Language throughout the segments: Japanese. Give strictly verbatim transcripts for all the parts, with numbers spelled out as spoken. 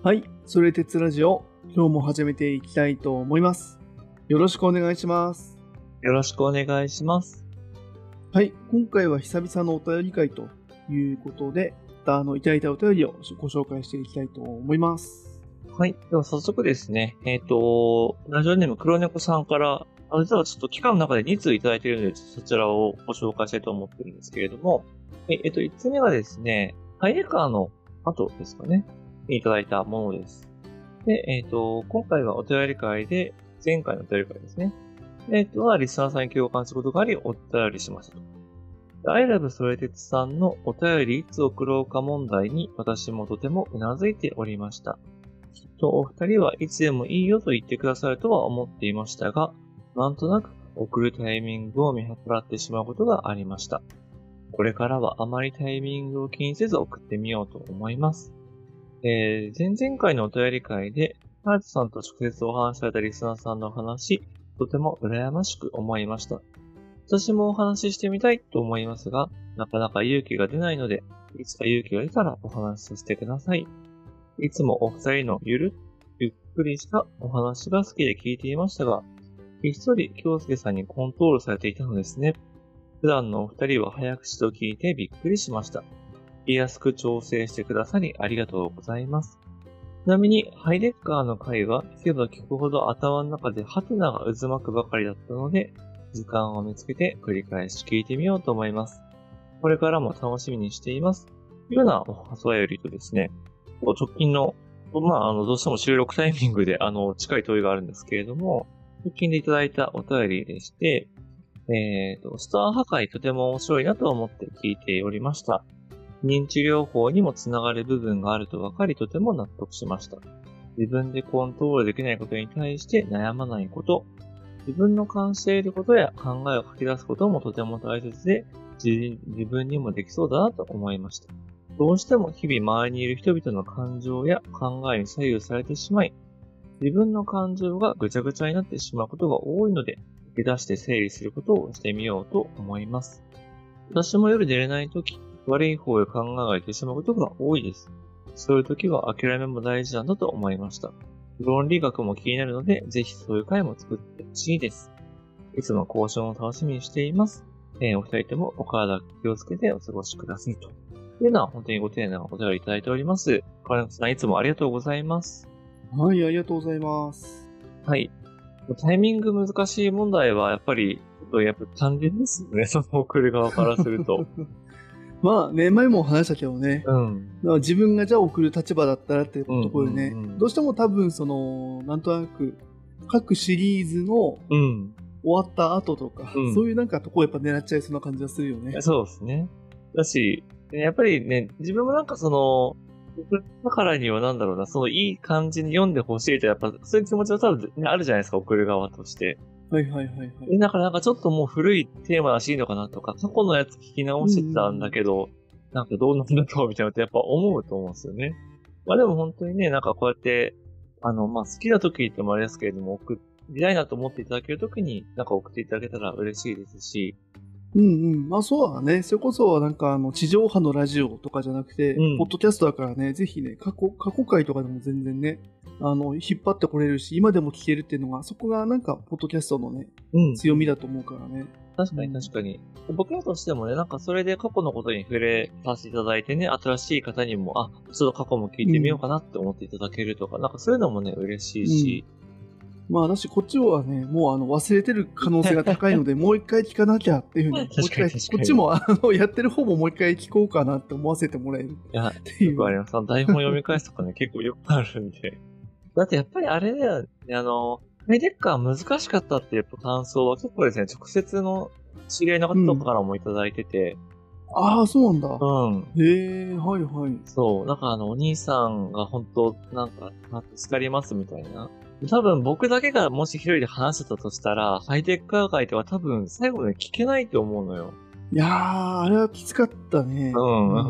はい、それ鉄ラジオ、今日も始めていきたいと思います。よろしくお願いします。 よろしくお願いします。 はい、今回は久々のお便り会ということで、またあのいただいたお便りをご紹介していきたいと思います。 はい、では早速ですね、えっ、ー、と、ラジオネーム黒猫さんから、あ実はちょっと期間の中でに通いただいているので、そちらをご紹介したいと思ってるんですけれども、えっ、ー、と、いつつめがですね、ハイレカーの後ですかね、いただいたものです。で、えっ、ー、と、今回はお便り会で、前回のお便り会ですね。えっ、ー、と、は、リスナーさんに共感することがあり、お便りしましたと。I love それてつさんのお便りいつ送ろうか問題に私もとてもうなずいておりました。きっとお二人はいつでもいいよと言ってくださるとは思っていましたが、なんとなく送るタイミングを見計らってしまうことがありました。これからはあまりタイミングを気にせず送ってみようと思います。えー、前々回のお便り会で、ハヤトさんと直接お話しされたリスナーさんの話、とても羨ましく思いました。私もお話ししてみたいと思いますが、なかなか勇気が出ないので、いつか勇気が出たらお話しさせてください。いつもお二人のゆる、ゆっくりしたお話が好きで聞いていましたが、ひっそり京介さんにコントロールされていたのですね。普段のお二人は早口と聞いてびっくりしました。言いやすく調整してくださりありがとうございます。ちなみに、ハイレッカーの回は聞けば聞くほど頭の中でハテナが渦巻くばかりだったので、時間を見つけて繰り返し聞いてみようと思います。これからも楽しみにしています。というようなお便りとですね、直近の、まあ、あの、どうしても収録タイミングで、あの、近い問いがあるんですけれども、直近でいただいたお便りでして、えっと、スター破壊とても面白いなと思って聞いておりました。認知療法にもつながる部分があると分かりとても納得しました。自分でコントロールできないことに対して悩まないこと、自分の感じていることや考えを書き出すこともとても大切で、自, 自分にもできそうだなと思いました。どうしても日々周りにいる人々の感情や考えに左右されてしまい、自分の感情がぐちゃぐちゃになってしまうことが多いので、抜け出して整理することをしてみようと思います。私も夜寝れないとき、悪い方へ考えがいてしまうことが多いです。そういうときは諦めも大事なんだと思いました。論理学も気になるので、ぜひそういう回も作ってほしいです。いつも交渉を楽しみにしています。えー、お二人ともお体気をつけてお過ごしくださいと。というのは本当にご丁寧なお便りいただいております。川中さんいつもありがとうございます。 はい、ありがとうございます。 はい。タイミング難しい問題はやっぱり、ちょっとやっぱ単純ですよね。その送る側からすると。 まあね、前も話したけどね、 うん、 だから自分がじゃあ送る立場だったらっていうところでね、 うんうんうん、 どうしても多分その、なんとなく、各シリーズの終わった後とか、うん、そういうなんかとこやっぱ狙っちゃいそうな感じがするよね。 そうですね。だし、やっぱりね、自分もなんかその、送ったからにはなんだろうな、そのいい感じに読んでほしいと、やっぱそういう気持ちは多分、ね、あるじゃないですか、送る側として。 はいはいはいはい。 だからなんかちょっともう古いテーマらしいのかなとか、過去のやつ聞き直してたんだけど、うんうん、なんかどうなんだろうみたいなってやっぱ思うと思うんですよね。まあでも本当にね、なんかこうやって、あの、まあ好きな時ってもあれですけれども、送りたいなと思っていただける時に、なんか送っていただけたら嬉しいですし、 うんうん。まあそうだね。それこそなんかあの地上波のラジオとかじゃなくて、うん、ポッドキャストだからね、ぜひね、過去、過去回とかでも全然ね、あの、引っ張ってこれるし、今でも聞けるっていうのが、そこがなんか、ポッドキャストのね、うん、強みだと思うからね。 確かに確かに。僕らとしてもね、なんかそれで過去のことに触れさせていただいてね、新しい方にも、あ、ちょっと過去も聞いてみようかなって思っていただけるとか、うん、なんかそういうのもね、嬉しいし、 うんまあ私こっちはね、もうあの忘れてる可能性が高いので、もう一回聞かなきゃっていうふうに、もう一回、こっちもあのやってる方ももう一回聞こうかなって思わせてもらえるっていう。いや、 よくあります。台本読み返すとかね、結構よくあるんで。だってやっぱりあれだよね、あの、ハイデッカー難しかったっていう感想は結構ですね、直接の知り合いの方とかからもいただいてて、 うん、ああ、そうなんだ。 うん。 へえ、はいはい。 そう、なんかあの、お兄さんが本当なんか、助かりますみたいな。多分僕だけがもし一人で話してたとしたら、ハイテッカー界では多分最後まで聞けないと思うのよ。 いやー、あれはきつかったね。 うん、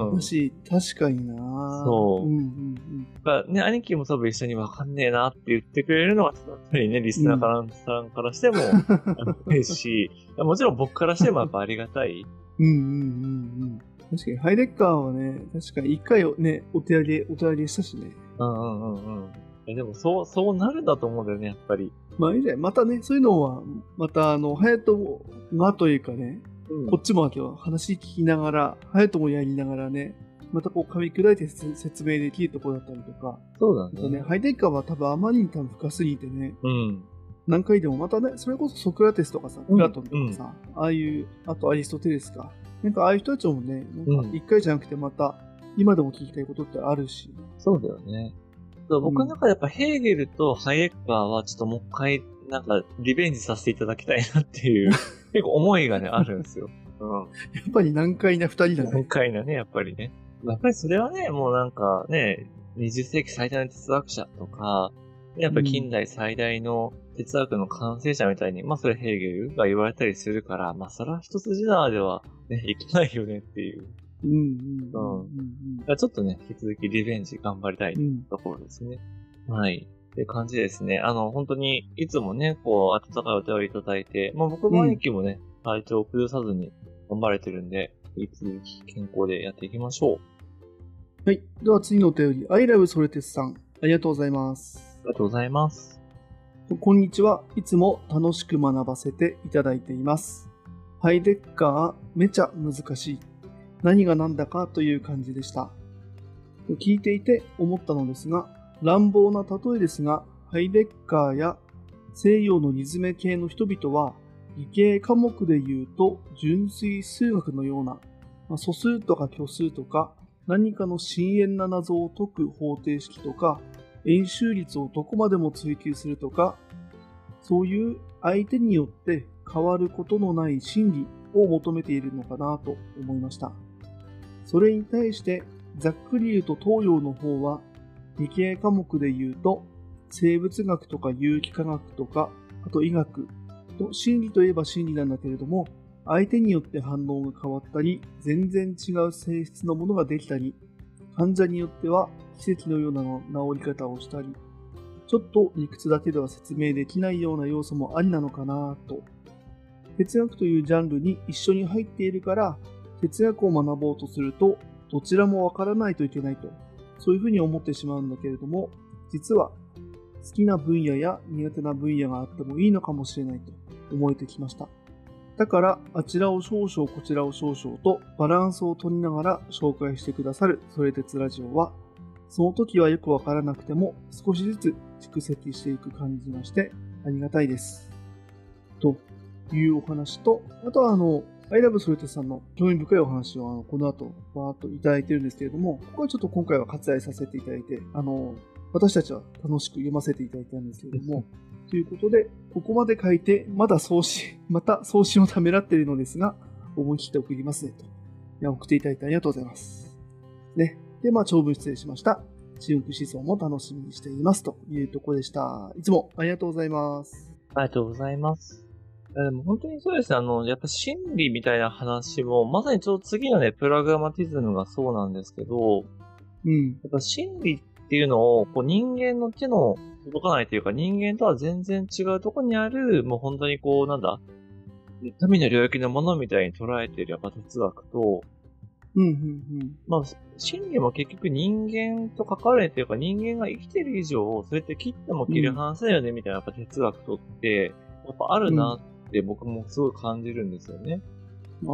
うん。 だし、確かになそう。 うんうんうん。 だね、兄貴も多分一緒にわかんねえなって言ってくれるのは、やっぱりね、リスナーからさんからしても、嬉しい。もちろん僕からしてもやっぱありがたい。 うんうんうんうん。確かに、ハイデッカーはね、確かに一回ね、お手上げ、お手上げしたしね。 うんうんうんうん。え、でもそう、そうなるんだと思うんだよね、やっぱり。 まあいいね。またね、そういうのは、またあの、隼人がというかね、 うん、 こっちも話聞きながら、隼人もやりながらね、またこう噛み砕いて説明できるところだったりとか。 そうだね。 ね、ハイデッカーは多分あまりに多分深すぎてね、 うん。 何回でもまたね、それこそソクラテスとかさ、プラトンとかさ、うん、ああいう、あとアリストテレスか。なんかああいう人たちもね、なんか一回じゃなくてまた、今でも聞きたいことってあるし。 そうだよね。僕の中でやっぱヘーゲルとハイデッカーはちょっともう一回、なんかリベンジさせていただきたいなっていう、結構思いがね、あるんですよ。うん。 やっぱり難解な二人だね。 難解なね、やっぱりね。やっぱりそれはね、もうなんかね、にじゅっ世紀最大の哲学者とか、やっぱり近代最大の哲学の完成者みたいに、うん、まあそれヘーゲルが言われたりするから、まあそれは一筋縄ではね、いかないよねっていう。 うんうんうんうん。ちょっとね、引き続きリベンジ頑張りたいところですね。うん、はい。って感じですね。あの、本当に、いつもね、こう、温かいお便りいただいて、まあ僕も兄貴もね、うん、体調を崩さずに頑張れてるんで、引き続き健康でやっていきましょう。 はい。では次のお便り、アイラブソレテスさん、ありがとうございます。 ありがとうございます。 こんにちは。いつも楽しく学ばせていただいています。ハイデッカー、めちゃ難しい。何が何だかという感じでした。聞いていて思ったのですが、乱暴な例えですが、ハイデッカーや西洋のリズム系の人々は、理系科目で言うと純粋数学のような、まあ、素数とか虚数とか、何かの深遠な謎を解く方程式とか、円周率をどこまでも追求するとか、そういう相手によって変わることのない真理を求めているのかなと思いました。それに対してざっくり言うと東洋の方は理系科目で言うと生物学とか有機化学とかあと医学と真理といえば真理なんだけれども相手によって反応が変わったり全然違う性質のものができたり患者によっては奇跡のような治り方をしたりちょっと理屈だけでは説明できないような要素もありなのかなと哲学というジャンルに一緒に入っているから哲学を学ぼうとするとどちらもわからないといけないとそういうふうに思ってしまうんだけれども実は好きな分野や苦手な分野があってもいいのかもしれないと思えてきました。だからあちらを少々こちらを少々とバランスを取りながら紹介してくださるそれ鉄ラジオはその時はよくわからなくても少しずつ蓄積していく感じがしてありがたいです。というお話と、あとはあの、I love ソルテさんの興味深いお話をあのこの後バーっといただいてるんですけれども、ここはちょっと今回は割愛させていただいて、あの、私たちは楽しく読ませていただいたんですけれども、ということで、ここまで書いて、まだ送信、また送信をためらっているのですが、思い切って送りますねと。いや、送っていただいてありがとうございます。ね。で、まあ、長文失礼しました。中国思想も楽しみにしていますというところでした。いつもありがとうございます。 ありがとうございます。でも本当にそうですね。あの、やっぱ心理みたいな話も、まさにちょっと次のね、プラグマティズムがそうなんですけど、 うん。 やっぱ心理っていうのを、こう人間の手の届かないというか、人間とは全然違うところにある、もう本当にこう、なんだ、神の領域のものみたいに捉えているやっぱ哲学と、 うんうんうん。 まあ、心理も結局人間と関わるというか、人間が生きてる以上、それって切っても切り離せないよね、みたいなやっぱ哲学とって、やっぱあるなって僕もすごい感じるんですよね。 うん、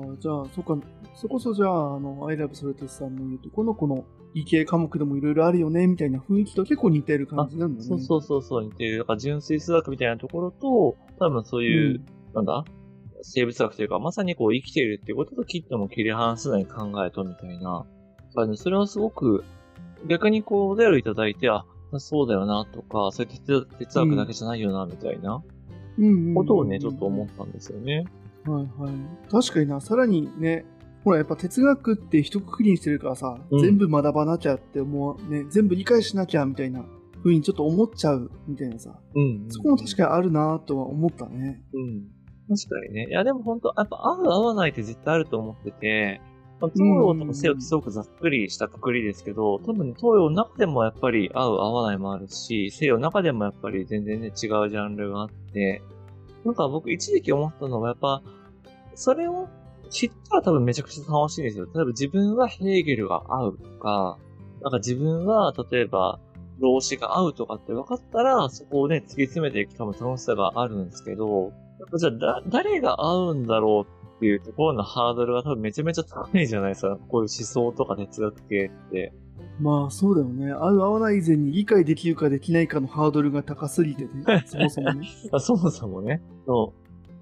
ああ、じゃあ、そっか、そこそじゃあ、あの、I love ソルテスさんの言うとこのこの理系科目でもいろいろあるよね、みたいな雰囲気と結構似てる感じなんだね。 そうそうそうそう、似てる。だから純粋数学みたいなところと、多分そういう、うん、なんだ生物学というか、まさにこう生きているっていうことと切っても切り離せない考えとみたいな。それはすごく、逆にこう、お便りいただいて、あ、そうだよなとか、それ哲学だけじゃないよな、みたいな、ことをね、ちょっと思ったんですよね。 はいはい。確かにな、さらにね、ほらやっぱ哲学って一括りにしてるからさ、うん、全部学ばなきゃって思う、ね、全部理解しなきゃみたいな風にちょっと思っちゃうみたいなさ、うんうんうん、そこも確かにあるなとは思ったね。 うん確かにね。いや、でも本当やっぱ合う合わないって絶対あると思ってて、まあ、東洋とか西洋ってすごくざっくりしたくくりですけど、多分、ね、東洋の中でもやっぱり合う合わないもあるし、西洋の中でもやっぱり全然ね、違うジャンルがあって、なんか僕一時期思ったのはやっぱ、それを知ったら多分めちゃくちゃ楽しいんですよ。例えば自分はヘーゲルが合うとか、 なんか自分は、例えば、老子が合うとかって分かったら、そこをね、突き詰めていく多分楽しさがあるんですけど、やっぱじゃあだ、誰が合うんだろうっていうところのハードルが多分めちゃめちゃ高いじゃないですか。こういう思想とか哲学系って。 まあそうだよね。合う合わない以前に理解できるかできないかのハードルが高すぎてね。そもそもね。 あそもそもね。そう。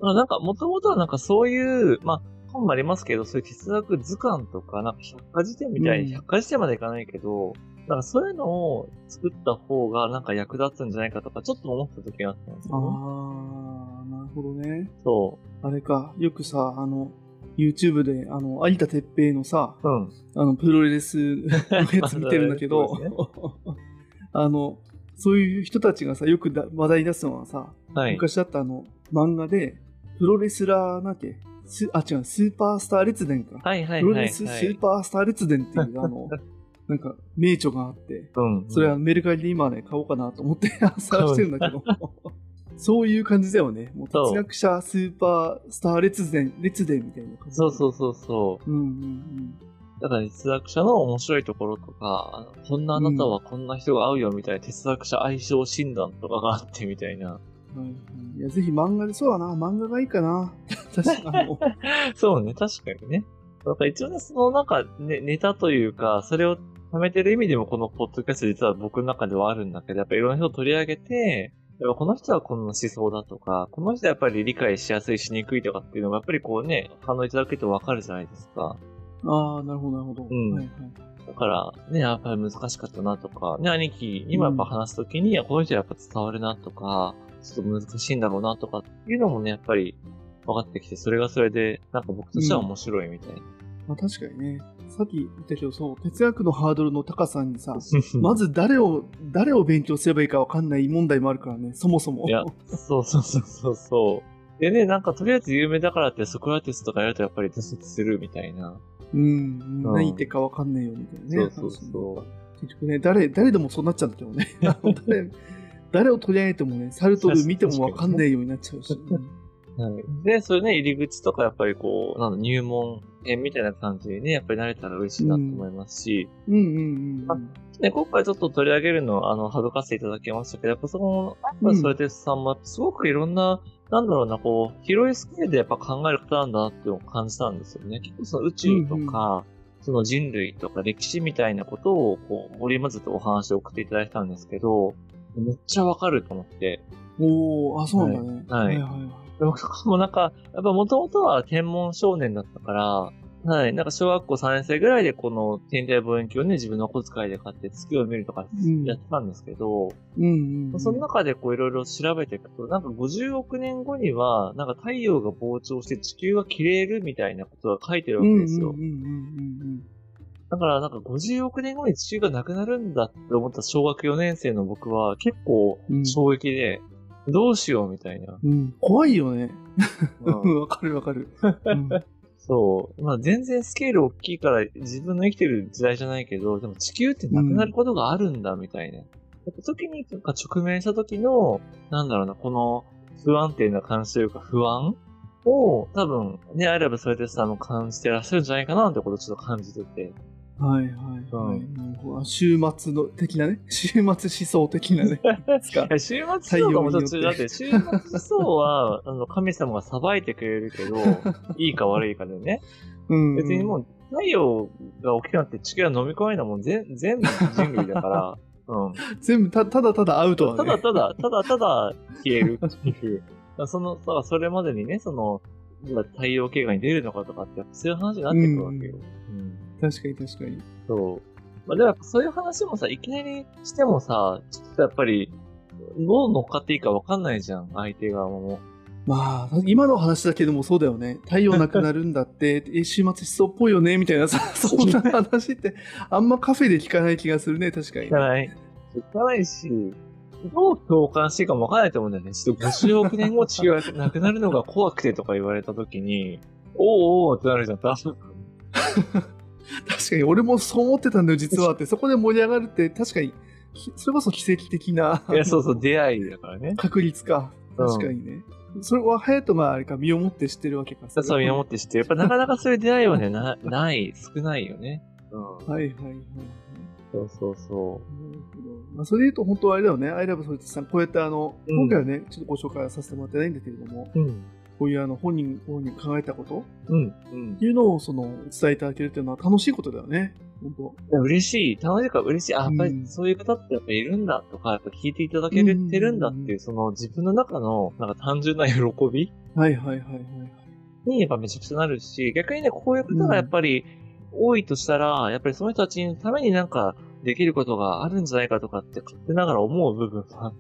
まあなんか、もともとはなんかそういう、まあ、本もありますけど、そういう哲学図鑑とか、なんか百科事典みたいに、百科事典までいかないけど、なんかそういうのを作った方がなんか役立つんじゃないかとか、ちょっと思った時があったんですよね。 ああ、なるほどね。 そう。 あれか、よくさ、あの、YouTube で、あの、有田哲平のさ、 うん。 あの、プロレスのやつ見てるんだけど、ね、あの、そういう人たちがさ、よくだ話題に出すのはさ、はい、昔だったあの、漫画で、プロレスラーなんて、スあ、違う、スーパースター列伝か。 はいはいはい、はい。 プロレススーパースター列伝っていう、あの、なんか、名著があって、うんうん、それはメルカリで今ね、買おうかなと思って探してるんだけど、そういう感じだよね。もう哲学者スーパースター列伝、列伝みたいな感じ。 そうそうそうそう。 うんうんうん。 だから哲学者の面白いところとか、こんなあなたはこんな人が合うよみたいな哲学者相性診断とかがあってみたいな。 はいはい、いやぜひ漫画で、そうだな、漫画がいいかな。確かに。 そうね、確かにね。なんか一応ね、そのなんか、ね、ネタというか、それを貯めてる意味でもこのポッドキャスト実は僕の中ではあるんだけど、やっぱいろんな人を取り上げて、やっぱこの人はこの思想だとか、この人はやっぱり理解しやすいしにくいとかっていうのがやっぱりこうね、反応いただけるとわかるじゃないですか。 ああ、なるほどなるほど。うん。はいはい。 だからね、やっぱり難しかったなとか、ね、兄貴にもやっぱ話すときに、うん、この人はやっぱ伝わるなとか、ちょっと難しいんだろうなとかっていうのもね、やっぱり分かってきて、それがそれで、なんか僕としては面白いみたいな。うん、 まあ確かにね。さっき言ったけど、そう、哲学のハードルの高さにさ、まず誰を、誰を勉強すればいいか分かんない問題もあるからね、そもそも。 いや、そうそうそうそうそう。でね、なんかとりあえず有名だからってソクラテスとかやるとやっぱり挫折するみたいな。 うん、うん、何言ってか分かんないよみたいなね。 そうそうそう。 結局ね、誰、誰でもそうなっちゃうんだけどね。誰誰を取り上げてもね、サルトル見ても分かんないようになっちゃうし。 はい。で、それね、入り口とかやっぱりこう、なんだ、入門編みたいな感じでね、やっぱり慣れたら嬉しいなと思いますし。 うん、うん、うんうんうん。 ね、今回ちょっと取り上げるのを、あの、省かせていただきましたけど、やっぱその、やっぱそれでさんも、すごくいろんな、なんだろうな、こう、広いスケールでやっぱ考える方なんだなっていうのを感じたんですよね。結構その宇宙とか、うんうん、その人類とか歴史みたいなことを、こう、織り交ぜてお話を送っていただいたんですけど、めっちゃわかると思って。 おー、あ、そうなんだね。 はい。はいはいはい。僕もなんか、やっぱ元々は天文少年だったから、はい。なんか小学校さんねん生ぐらいでこの天体望遠鏡をね、自分の小遣いで買って月を見るとかやってたんですけど、うんうんうん、その中でこういろいろ調べていくと、なんかごじゅうおくねんごには、なんか太陽が膨張して地球が切れるみたいなことが書いてるわけですよ。だからなんかごじゅうおくねんごに地球がなくなるんだって思った小学よねん生の僕は結構衝撃で、うん、どうしようみたいな。 うん、怖いよね。わ、うん、かるわかる。うんそう。まあ全然スケール大きいから自分の生きてる時代じゃないけど、でも地球ってなくなることがあるんだみたいな。うん、時に直面した時の、なんだろうな、この不安定な感じというか不安を多分ね、あればそれでさ、感じてらっしゃるんじゃないかなってことをちょっと感じてて。 はいはいはい。うん、週末の的なね、週末思想的なね。 週末思想も途中だって、週末思想はあの神様が裁いてくれるけど、いいか悪いかでね。うん、別にもう太陽が大きくなって地球が飲み込めないのも全全部人類だから、うん、 全部たただただアウトはね。 ただただ、ただただ消えるっていう。その、それまでにね、その、太陽系外に出るのかとかって、そういう話になってくるわけよ。 うんうん確かに確かに。 そう。まあ、でもそういう話もさ、いきなりしてもさ、ちょっとやっぱり、どう乗っかっていいか分かんないじゃん、相手側も。 まあ、今の話だけでもそうだよね。太陽なくなるんだって、え、週末思想っぽいよね、みたいなさ、そんな話って、あんまカフェで聞かない気がするね、確かに。 聞かない。聞かないし、どう共感していいかも分からないと思うんだよね。ちょっとごじゅうおくねんご地球がなくなるのが怖くてとか言われたときに、おーおーってなるじゃん、多分。 確かに俺もそう思ってたんだよ実はってそこで盛り上がるって確かにそれこそ奇跡的ないやそうそう出会いだからね確率か確かにね、うん、それは隼人があれか身をもって知ってるわけかそう身をもって知ってるやっぱなかなかそういう出会いはねなない少ないよね、うん、 はいはいはいそうそうそなるほど。まあ、それで言うと本当はあれだよね。アイラブそいつさん、こうやってあの、 うん今回はね、ちょっとご紹介させてもらってないんだけれども、 う。うん。 こういうあの、本人、本人考えたことうん。うんっていうのをその、伝えていただけるっていうのは楽しいことだよね。本当。 いや嬉しい。楽しいから嬉しい。あ、やっぱりうんそういう方ってやっぱいるんだとか、やっぱ聞いていただけてるんだってうんいう、その自分の中の、なんか単純な喜びはいはいはいはい。 にやっぱめちゃくちゃなるし、逆にね、こういう方がやっぱり多いとしたら、やっぱりその人たちのためになんかできることがあるんじゃないかとかって勝手ながら思う部分があって、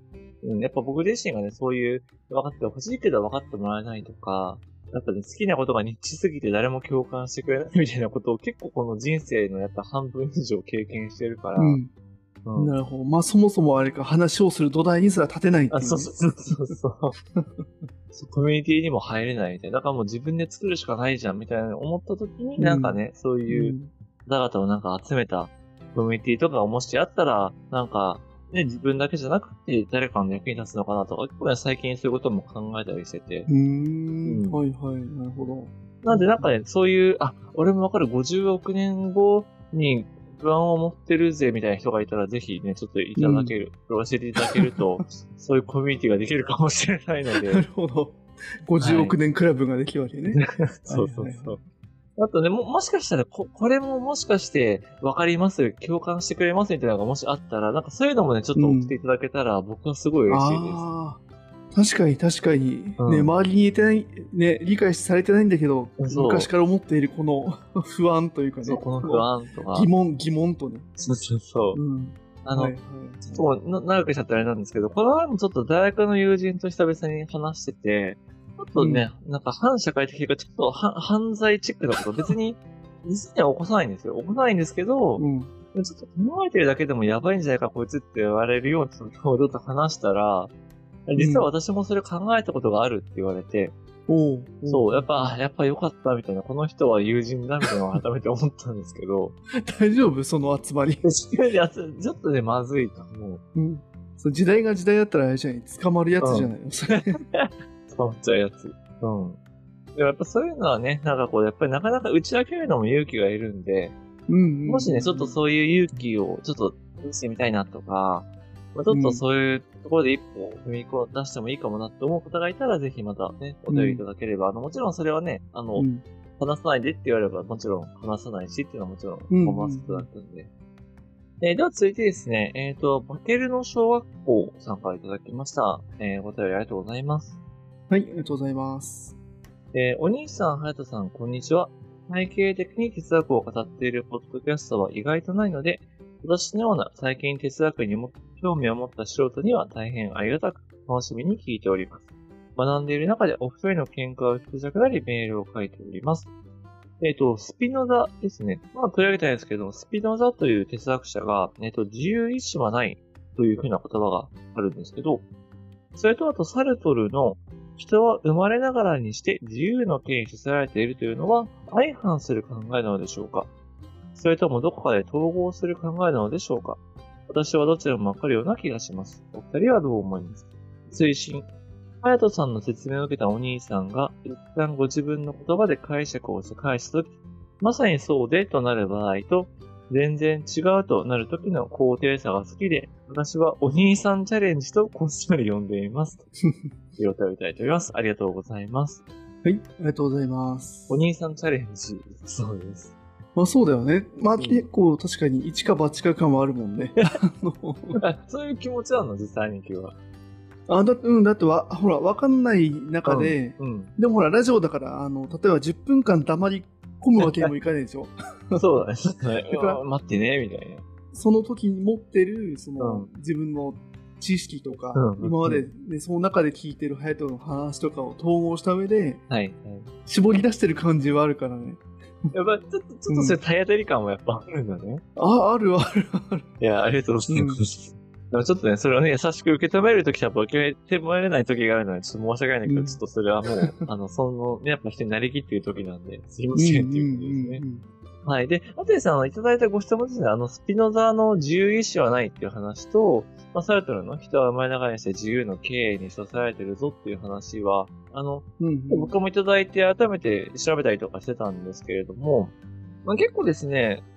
うん、やっぱ僕自身がね、そういう、分かってほしいけど分かってもらえないとか、やっぱね、好きなことがニッチすぎて誰も共感してくれないみたいなことを結構この人生のやっぱ半分以上経験してるから、 うん。 うんなるほど。まあそもそもあれか、話をする土台にすら立てないっていう、 あ、 ね。 そうそうそうそうそう。コミュニティにも入れないみたいな。だからもう自分で作るしかないじゃんみたいな思った時に、なんかね、そういう方々をなんか集めたコミュニティとかがもしあったら、なんか、ね、自分だけじゃなくて誰かの役に立つのかなとか、結構ね、最近そういうことも考えたりしてて。 うーん。 うんはいはい。なるほど。 なんでなんかね、そういう、あ、俺もわかるごじゅうおくねんごに不安を持ってるぜみたいな人がいたら、ぜひね、ちょっといただける、うん、教えていただけると、そういうコミュニティができるかもしれないので。 なるほど。ごじゅうおくねんクラブができるわけね。 はい、そうそうそう。あとね、も、もしかしたらこ、これももしかして分かります、共感してくれますみたいなのがもしあったら、なんかそういうのもね、ちょっと送っていただけたら、うん、僕はすごい嬉しいです。 あ確かに確かに、 うん、 ね、周りに言えてない、ね、理解されてないんだけど、昔から思っているこの不安というかね。 そう、この不安とか。 疑問、疑問とね。 そうそうそう。うん、あの、はいはい、ちょっと長くしちゃったあれなんですけど、この前もちょっと大学の友人と久々に話してて、ちょっとね、うん、なんか反社会的か、ちょっと犯罪チックなこと別に、実には起こさないんですよ。起こさないんですけど、うん、ちょっと考えてるだけでもやばいんじゃないかこいつって言われるようなことをちょっと話したら、実は私もそれ考えたことがあるって言われて、うん、そう、やっぱ、やっぱ良かったみたいな、この人は友人だみたいなのを改めて思ったんですけど。 大丈夫その集まり。 ちょっとね、まずいと思う。 うん。そう時代が時代だったらあれじゃない、捕まるやつじゃないの、うん、それ。 捕まっちゃうやつ。うん。でもやっぱそういうのはね、なんかこう、やっぱりなかなか打ち明けるのも勇気がいるんで、うんうんうん、もしね、ちょっとそういう勇気をちょっと出してみたいなとか、まあ、ちょっとそういうところで一歩踏み込ん出してもいいかもなって思う方がいたら、ぜひまたね、お便りいただければ、うん、あの、もちろんそれはね、あの、うん、話さないでって言われれば、もちろん話さないしっていうのはもちろん思わせていただくんで。うんうん、えー、では続いてですね、えっ、ー、と、バケルの小学校さんからいただきました。えー、お便りありがとうございます。 はい、ありがとうございます。 えー、お兄さん、はやとさん、こんにちは。体系的に哲学を語っているポッドキャストは意外とないので、私のような最近哲学にも興味を持った素人には大変ありがたく楽しみに聞いております。学んでいる中でお二人の見解を聞きたくなりメールを書いております。えっ、ー、と、スピノザですね。まあ取り上げたいんですけど、スピノザという哲学者が、えっ、ー、と、自由意志はないというふうな言葉があるんですけど、それとあとサルトルの人は生まれながらにして自由の権威にさせられているというのは相反する考えなのでしょうか？それともどこかで統合する考えなのでしょうか？私はどちらもわかるような気がします。お二人はどう思いますか？推進。ハヤトさんの説明を受けたお兄さんが一旦ご自分の言葉で解釈をして返すとき、まさにそうでとなる場合と、全然違うとなるときの高低差が好きで、私はお兄さんチャレンジとこっそり呼んでいます。というお便りいただいております。ありがとうございます。 はい、ありがとうございます。 お兄さんチャレンジ、そうです。 まあそうだよね。まあ結構確かに一か八か感はあるもんね。 そういう気持ちなの実際に今日は。 あだうん、だってわ、ほら、わかんない中で、うんうん、でもほら、ラジオだから、あの、例えばじゅっぷんかん黙り込むわけにもいかないでしょ。 そうだね。だから待ってね、みたいな。 その時に持ってる、その、うん、自分の知識とか、うん、今まで、ね、その中で聞いてるハヤトの話とかを統合した上で、 はいはい、 絞り出してる感じはあるからね。 やっぱ、ちょっと、ちょっとそれ体当たり感もやっぱあるんだね。 うん、あ、あるあるある。 いや、ありがとうございます。うんでもちょっとね、それをね、優しく受け止めるときと受け止められないときがあるので、ちょっと申し訳ないんだけど、うん、ちょっとそれはもう、あの、その、ね、やっぱ人になりきっているときなんで、すいませんっていうことですね。うんうんうんうん、はい。で、あとですね、あの、いただいたご質問ですね、あの、スピノザの自由意志はないっていう話と、まあ、サルトルの人は生まれながらにして自由の経営に支えられてるぞっていう話は、あの、うんうん、僕もいただいて改めて調べたりとかしてたんですけれども、まあ、結構ですね、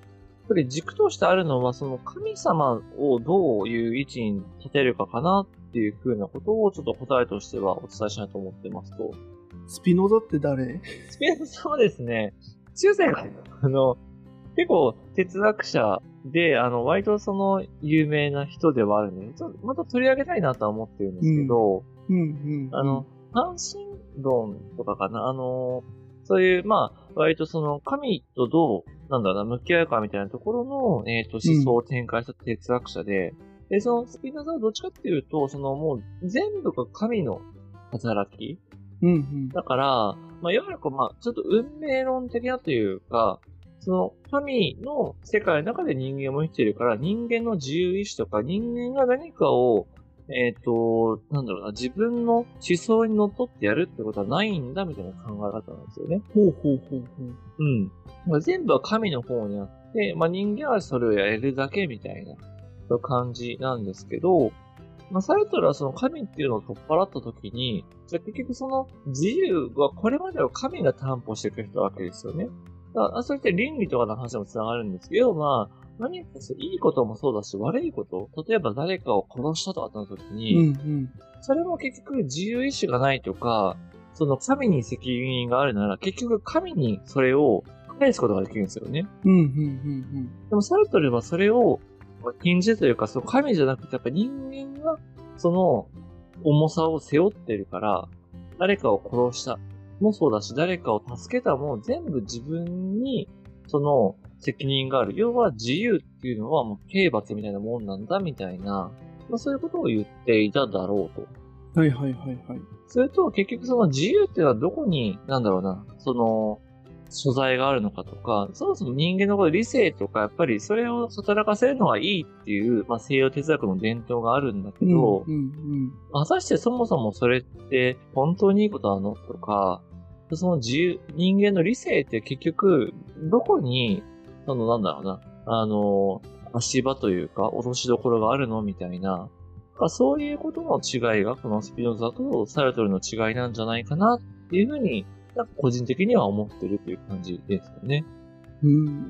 ぱり軸としてあるのは、その神様をどういう位置に立てるかかなっていうふうなことをちょっと答えとしてはお伝えしたいと思ってますと。 スピノザって誰？ スピノザはですね、中世が、あの、結構哲学者で、あの、割とその有名な人ではあるので、ちょっとまた取り上げたいなとは思ってるんですけど、 うんうんうんうん、 あの、半神論とかかな、あの、そういう、まあ、割とその神とどう、なんだろうな、向き合うかみたいなところの、えっと、思想を展開した哲学者で、うん、で、そのスピノザはどっちかっていうと、そのもう全部が神の働き、 うんうん、 だから、まあ、いわゆるこう、まあ、ちょっと運命論的なというか、その神の世界の中で人間も生きているから、人間の自由意志とか、人間が何かを、えっと、なんだろうな、自分の思想にのっとってやるってことはないんだ、みたいな考え方なんですよね。 ほうほうほうほう。 うん。まあ、全部は神の方にあって、まあ、人間はそれをやれるだけみたいな感じなんですけど、まあ、サルトルはその神っていうのを取っ払ったときに、じゃあ結局その自由はこれまでは神が担保してくれたわけですよね。だからそういった倫理とかの話もつながるんですけど、まあ、何かいいこともそうだし、悪いこと、例えば誰かを殺したとかなったときに、 うんうん、 それも結局自由意志がないとか、その神に責任があるなら、結局神にそれを返すことができるんですよね。 うんうんうんうん、 でもサルトルはそれを禁じというか、その神じゃなくて、やっぱ人間がその重さを背負ってるから、誰かを殺したもそうだし、誰かを助けたも全部自分にその責任がある。要は自由っていうのはもう刑罰みたいなもんなんだみたいな、まあ、そういうことを言っていただろうと。 はいはいはいはい。 それと結局その自由っていうのはどこに、なんだろうな、その、素材があるのかとか、そもそも人間のこと理性とか、やっぱりそれを働かせるのがいいっていう、まあ西洋哲学の伝統があるんだけど、 うんうんうん、 果たしてそもそもそれって本当にいいことなのとか、その自由、人間の理性って結局、どこに、そのなんだろうな、あの、足場というか、落としどころがあるのみたいな、そういうことの違いが、このスピノザとサルトルの違いなんじゃないかなっていうふうに、なんか個人的には思ってるっていう感じですよね。 うん。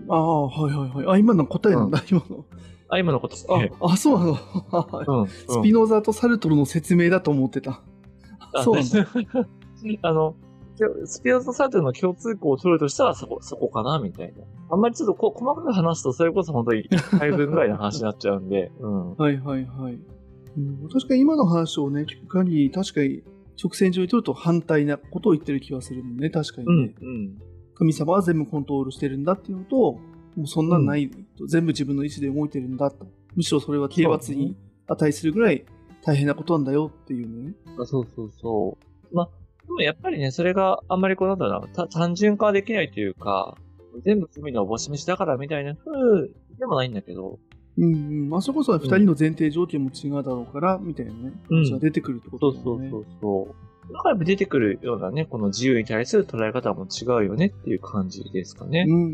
ああ、はいはいはい。あ、今の答えなんだ、うん、今の。 あ、今の答え。あ、あ、そうなの、うんうん。スピノザとサルトルの説明だと思ってた。そうなんだ。 あの、スピノザとサルトルの共通項を取るとしたらそこ、そこかなみたいな。あんまりちょっとこ細かく話すと、それこそ本当にいっかいぶんぐらいの話になっちゃうんで。うん、 はいはいはい。うん、確かに今の話をね、聞く限り、確かに直線上に取ると反対なことを言ってる気がするもんね、確かにね。うんうん、神様は全部コントロールしてるんだっていうのと、もうそんなんないと、うん、全部自分の意思で動いてるんだと。むしろそれは刑罰に値するぐらい大変なことなんだよっていうね。 あ、そうそうそう。まあ、でもやっぱりね、それがあんまりこうなんだろうな、単純化できないというか、全部罪のおぼし飯だからみたいな風でもないんだけど、 うんうん。まあそこそはふたりの前提条件も違うだろうから、うん、みたいなね。話が出てくるってことだよね。 そうそうそうそう。だから出てくるようなね、この自由に対する捉え方も違うよねっていう感じですかね。 うんうんうんうん。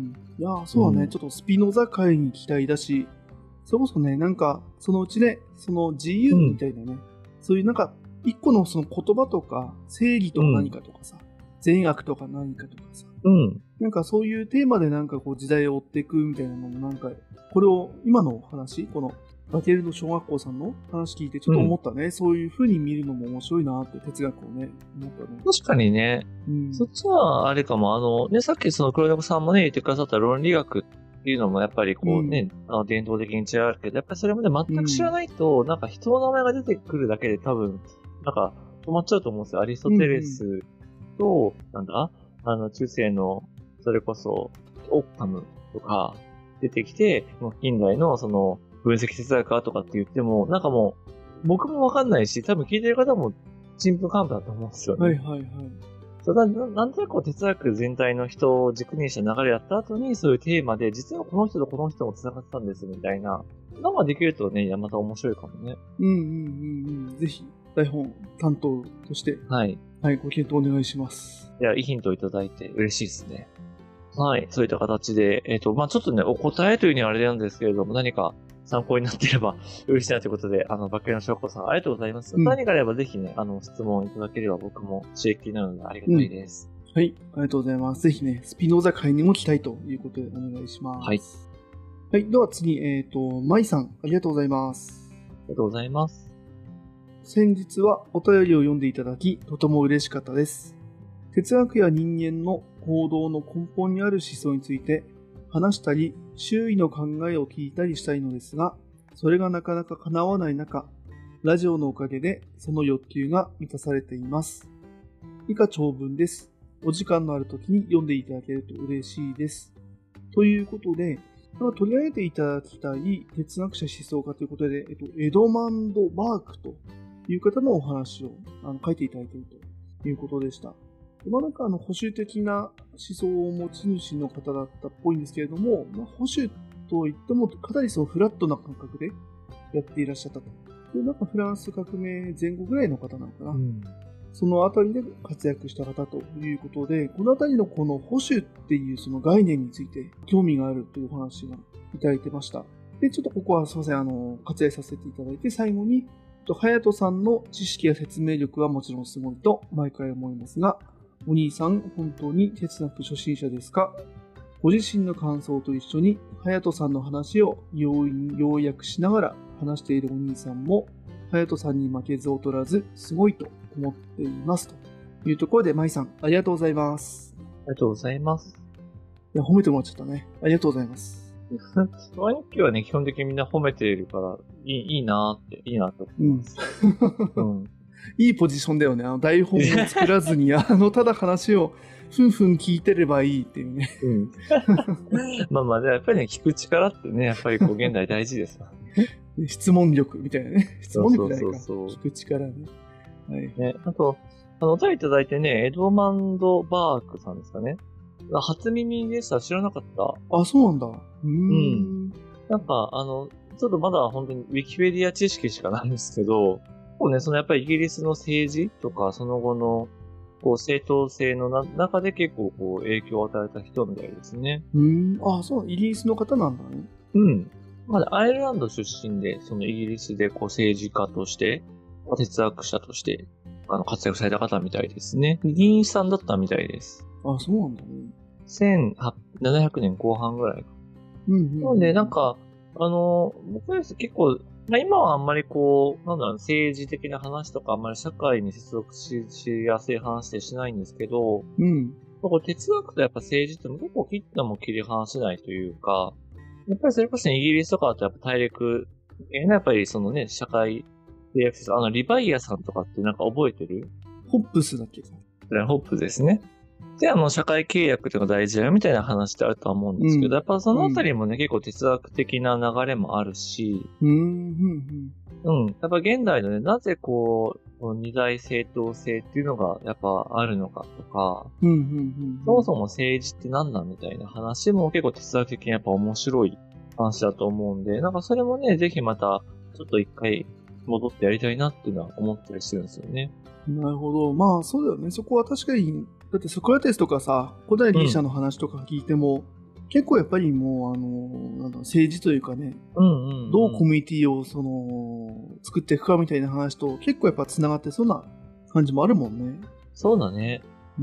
いや、そうだね、うん。ちょっとスピノザ会に期待だし、それこそね、なんか、そのうちね、その自由みたいなね、うん、そういうなんか、一個のその言葉とか、正義とか何かとかさ、うん、善悪とか何かとかさ、 うん。 なんかそういうテーマでなんかこう時代を追っていくみたいなのもなんか、これを今の話、このバケルの小学校さんの話聞いてちょっと思ったね。うん、そういう風に見るのも面白いなって哲学をね、思ったね。 確かにね。うん、そっちはあれかも、あの、ね、さっきその黒猫さんもね、言ってくださった論理学っていうのもやっぱりこうね、うん、あの伝統的に違うけど、やっぱりそれもね、全く知らないと、うん、なんか人の名前が出てくるだけで多分、なんか止まっちゃうと思うんですよ。アリストテレスと、うん、なんだあの、中世の、それこそ、オッカムとか出てきて、近代のその分析哲学家とかって言っても、なんかもう、僕もわかんないし、多分聞いてる方もちんぷんかんぷんだと思うんですよね。 はいはいはい。 そうな、なんとなくこう哲学全体の人を軸にした流れやった後に、そういうテーマで、実はこの人とこの人も繋がってたんですみたいなのができるとね、また面白いかもね。 うんうんうんうん。ぜひ、台本担当として、 はい。 はい、ご検討お願いします。 いや、いいヒントをいただいて嬉しいですね。はい。そういった形で、えっと、まあ、ちょっとね、お答えというにはあれなんですけれども、何か参考になっていれば嬉しいなということで、あの、バッケルの翔子さん、ありがとうございます。うん、何かあればぜひね、あの、質問いただければ僕も刺激になるのでありがたいです。 はい、ありがとうございます。ぜひね、スピノザ会にも来たいということでお願いします。 はい。 はい、では次、えっ、ー、と、まいさん、ありがとうございます。 ありがとうございます。 先日はお便りを読んでいただき、とても嬉しかったです。哲学や人間の行動の根本にある思想について話したり、周囲の考えを聞いたりしたいのですが、それがなかなか叶わない中、ラジオのおかげでその欲求が満たされています。以下長文です。お時間のある時に読んでいただけると嬉しいです。ということで、取り上げていただきたい哲学者思想家ということで、えっと、エドマンド・バークという方のお話をあの書いていただいているということでした。まあ、なんかあの保守的な思想を持ち主の方だったっぽいんですけれども、まあ、保守といってもかなりそのフラットな感覚でやっていらっしゃったと。でなんかフランス革命前後ぐらいの方なのかな。うん、そのあたりで活躍した方ということで、このあたりのこの保守っていうその概念について興味があるというお話がいただいてました。で、ちょっとここはすいません、あの、割愛させていただいて、最後に、隼人さんの知識や説明力はもちろんすごいと毎回思いますが、お兄さん、本当に哲学初心者ですか？ご自身の感想と一緒に、隼人さんの話を要因、要約しながら話しているお兄さんも、隼人さんに負けず劣らず、すごいと思っていますというところで、舞さん、ありがとうございます。 ありがとうございます。 いや、褒めてもらっちゃったね。ありがとうございます。 ワニッキはね、基本的にみんな褒めているから、いい、いいなーって、いいなと思います。 うん。うん、いいポジションだよね。あの台本を作らずに、あの、ただ話をふんふん聞いてればいいっていうね。 うん。まあまあ、やっぱりね、聞く力ってね、やっぱりこう、現代大事ですわ。 質問力みたいなね。質問力じゃないか。そうそうそうそう。聞く力ね。はい。 ね、あと、あの、お便りいただいてね、エドマンド・バークさんですかね。初耳でした。知らなかった。 あ、そうなんだ。うーん。 うん。なんか、あの、ちょっとまだ本当にウィキペディア知識しかないんですけど、こうね、そのやっぱりイギリスの政治とか、その後の、こう、正当性のな中で結構こう、影響を与えた人みたいですね。 うーん。あ、そう、イギリスの方なんだね。 うん。まだアイルランド出身で、そのイギリスでこう、政治家として、哲学者として、あの、活躍された方みたいですね。議員さんだったみたいです。 あ、そうなんだね。 せんななひゃくねんこう半ぐらいか。うんうん、うん。なので、なんか、あの、僕です結構、まあ、今はあんまりこう、なんだろう、政治的な話とか、あんまり社会に接続ししやすい話ってしないんですけど、うん。こう哲学とやっぱ政治っても結構切っても切り離せないというか、やっぱりそれこそイギリスとかだとやっぱ大陸、やっぱりそのね、社会、あの、リヴァイアさんとかってなんか覚えてる？ ホップスだっけ？ ホップですね。で、あの、社会契約っていうのが大事だよみたいな話ってあるとは思うんですけど、うん、やっぱそのあたりもね、うん、結構哲学的な流れもあるし、うん、うん、うん。やっぱ現代のね、なぜこう、この二大正当性っていうのがやっぱあるのかとか、うん、うん、うん。そもそも政治って何なんみたいな話も結構哲学的にやっぱ面白い話だと思うんで、なんかそれもね、ぜひまた、ちょっと一回戻ってやりたいなっていうのは思ったりしてるんですよね。 なるほど。まあ、そうだよね。そこは確かに、だってソクラテスとかさ、古代ギリシャの話とか聞いても、うん、結構やっぱりもう、あの、なんだ政治というかね、うんうんうん、どうコミュニティをその、作っていくかみたいな話と結構やっぱ繋がってそうな感じもあるもんね。 そうだね。うん。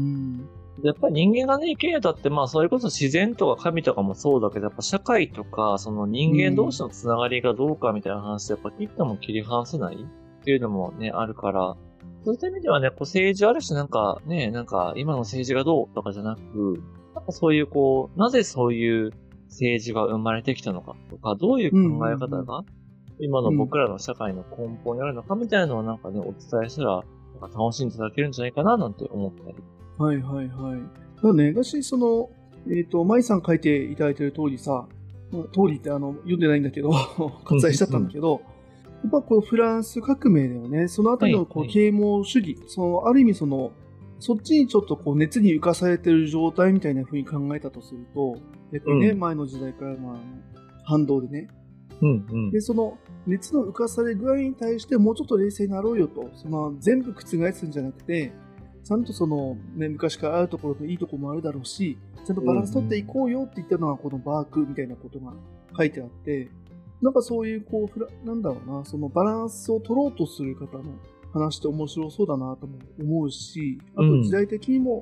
やっぱり人間がね、生きるだって、まあ、それこそ自然とか神とかもそうだけど、やっぱ社会とか、その人間同士のつながりがどうかみたいな話で、やっぱ切っても切り離せないっていうのもね、あるから、そういった意味ではね、こう政治ある種なんかね、なんか今の政治がどうとかじゃなく、なんかそういうこう、なぜそういう政治が生まれてきたのかとか、どういう考え方が今の僕らの社会の根本にあるのかみたいなのをなんかね、お伝えしたら、なんか楽しんでいただけるんじゃないかななんて思ったり。 はいはいはい。だね、私その、えっと、舞さん書いていただいてる通りさ、通りってあの、読んでないんだけど、割愛しちゃったんだけど、やっぱこうフランス革命だよね。そのあたりのこう啓蒙主義、はいはい、そのある意味そのそっちにちょっとこう熱に浮かされてる状態みたいな風に考えたとすると、逆にね、うん、前の時代からまあ反動でね、うんうん、でその熱の浮かされ具合に対してもうちょっと冷静になろうよと、その全部覆すんじゃなくて、ちゃんとその、ね、昔からあるところといいところもあるだろうし、ちゃんとバランス取っていこうよって言ったのがこのバークみたいなことが書いてあって。なんかそういう、こう、フラ、なんだろうな、そのバランスを取ろうとする方の話って面白そうだなとも思うし、あと時代的にも、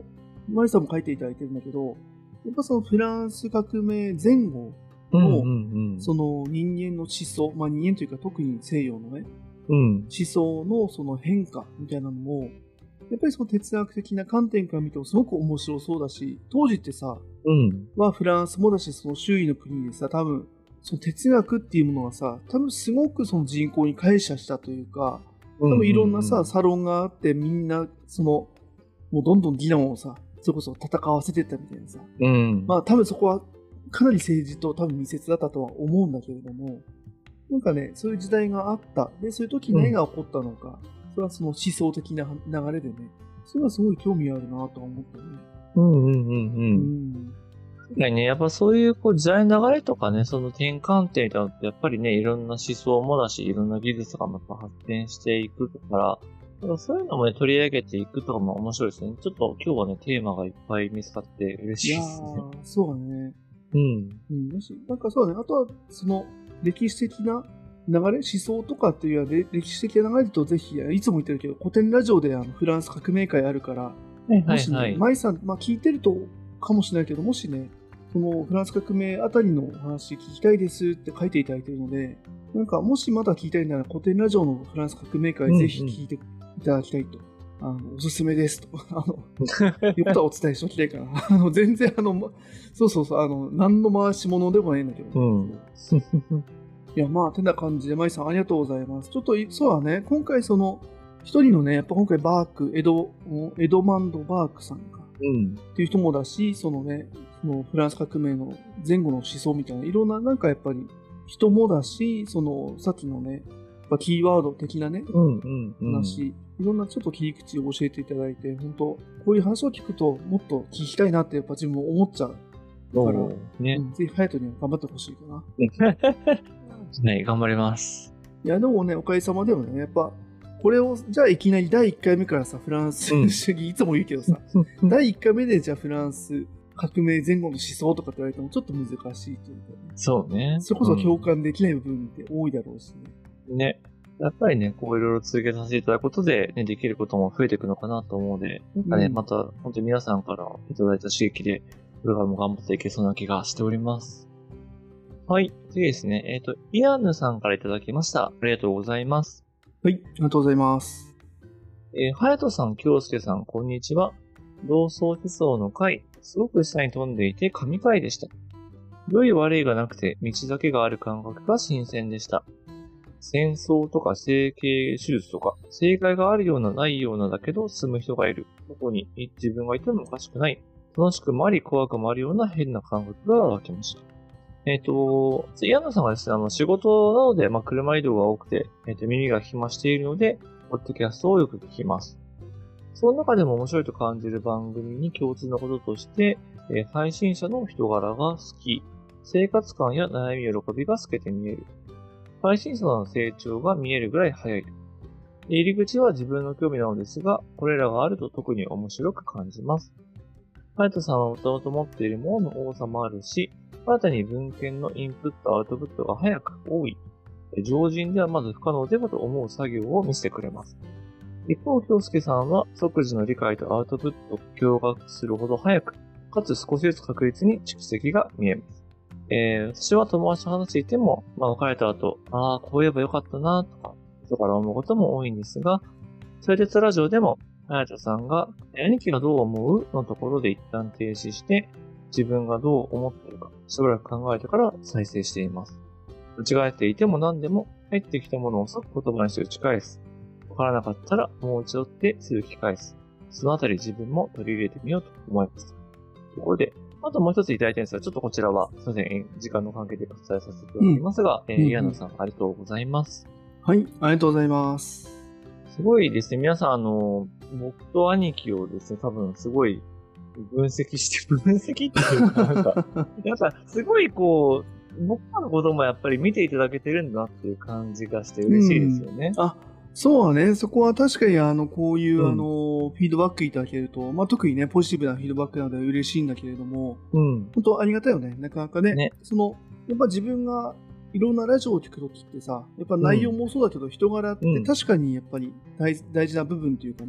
マリさんも書いていただいてるんだけど、やっぱそのフランス革命前後の、その人間の思想、まあ人間というか特に西洋のね、うん、思想のその変化みたいなのも、やっぱりその哲学的な観点から見てもすごく面白そうだし、当時ってさ、うん、まあフランスもだし、その周囲の国でさ、多分、その哲学っていうものがさ、多分すごくその人口に感謝したというか、多分いろんなさ、サロンがあって、みんな、その、もうどんどん議論をさ、それこそ戦わせてったみたいなさ、うん、まあ多分そこはかなり政治と多分密接だったとは思うんだけれども、なんかね、そういう時代があった。で、そういう時何が起こったのか、うん、それはその思想的な流れでね、それはすごい興味あるなと思ったね。 うんうんうんうん。うん確かにね、やっぱそういうこう時代の流れとかね、その転換点みたいなのって、やっぱりね、いろんな思想もだし、いろんな技術がまた発展していくから、だからそういうのもね、取り上げていくとかも面白いですね。ちょっと今日はね、テーマがいっぱい見つかって嬉しいですね。いやー、 そうだね。うん。うん。だし、なんかそうだね。あとは、その、歴史的な流れ、思想とかっていうよりは、歴史的な流れとぜひ、いつも言ってるけど、古典ラジオであのフランス革命会あるから、はいはいはい、もしね、舞さん、まあ聞いてるとかもしれないけど、もしね、そのフランス革命あたりのお話聞きたいですって書いていただいているので、なんかもしまだ聞きたいなら古典ラジオのフランス革命会ぜひ聞いていただきたいと。うんうん、あのおすすめですと。あの、いうことはお伝えしておきたいかな。あの、全然あの、ま、そうそうそう、あの、何の回し物でもないんだけど。うん、いや、まあ、てな感じで、舞さんありがとうございます。ちょっと、そうだね、今回その、一人のね、やっぱ今回バーク、エド、エドマンド・バークさんか。うん、っていう人もだし、そのね、そのフランス革命の前後の思想みたいな、いろんな、なんかやっぱり人もだし、その、さっきのね、キーワード的なね、うんうんうん、話、いろんなちょっと切り口を教えていただいて、本当こういう話を聞くと、もっと聞きたいなってやっぱ自分も思っちゃうから、ねうん、ぜひ隼人には頑張ってほしいかな。 ね、頑張ります。 いや、でもね、おかげさまでもね、やっぱ、これを、じゃあいきなりだいいっかいめからさ、フランス主義、うん、いつも言うけどさ、だいいっかいめでじゃあフランス革命前後の思想とかって言われてもちょっと難しいというか、ね、 そうね。 それこそ共感できない部分って多いだろうしね。 うん、ね。やっぱりね、こういろいろ続けさせていただくことで、ね、できることも増えていくのかなと思うので、なんかね、うん、また、本当に皆さんからいただいた刺激で、これからも頑張っていけそうな気がしております。はい。次ですね。えっと、イアンヌさんからいただきました。ありがとうございます。 はい。ありがとうございます。 えー、はやとさん、きょうすけさん、こんにちは。同窓思想の回、すごく下に飛んでいて神回でした。良い悪いがなくて、道だけがある感覚が新鮮でした。戦争とか整形手術とか、正解があるようなないようなだけど進む人がいる。ここに自分がいてもおかしくない。楽しくもあり怖くもあるような変な感覚が湧きました。えっ、ー、と、イアンナさんがですね、あの、仕事なので、まあ、車移動が多くて、えっ、ー、と、耳が暇しているので、ポッドキャストをよく聞きます。その中でも面白いと感じる番組に共通のこととして、えー、配信者の人柄が好き、生活感や悩み喜びが透けて見える。配信者の成長が見えるぐらい早い。入り口は自分の興味なのですが、これらがあると特に面白く感じます。ハヤトさんはもともと持っているものの多さもあるし、新たに文献のインプット、アウトプットが早く多い。常人ではまず不可能ではと思う作業を見せてくれます。一方、京介さんは即時の理解とアウトプットを驚愕するほど早く、かつ少しずつ確率に蓄積が見えます。えー、私は友達と話していても、まあ別れた後、ああ、こう言えばよかったな、とか、後から思うことも多いんですが、それでラジオでも、隼人さんが、兄貴がどう思うのところで一旦停止して、自分がどう思っているか、しばらく考えてから再生しています。間違えていても何でも、入ってきたものを即言葉にして打ち返す。わからなかったら、もう一度ってすぐ聞き返す。そのあたり自分も取り入れてみようと思います。ところで、あともう一ついただいてるんですが、ちょっとこちらは、すいません、時間の関係でお伝えさせていただきますが、うん、えー、イアナさん、ありがとうございます。 はい、ありがとうございます。 すごいですね。皆さん、あの、僕と兄貴をですね、多分すごい分析して、分析っていうか、なんか、やっぱすごいこう、僕らのこともやっぱり見ていただけてるんだなっていう感じがして嬉しいですよね。 うん、あ、そうだね。そこは確かに、あの、こういう、うん、あの、フィードバックいただけると、まあ、特にね、ポジティブなフィードバックなので嬉しいんだけれども、うん、本当ありがたいよね。なかなかね、ねその、やっぱ自分がいろんなラジオを聞くときってさ、やっぱ内容もそうだけど、うん、人柄って確かにやっぱり 大, 大事な部分というかね、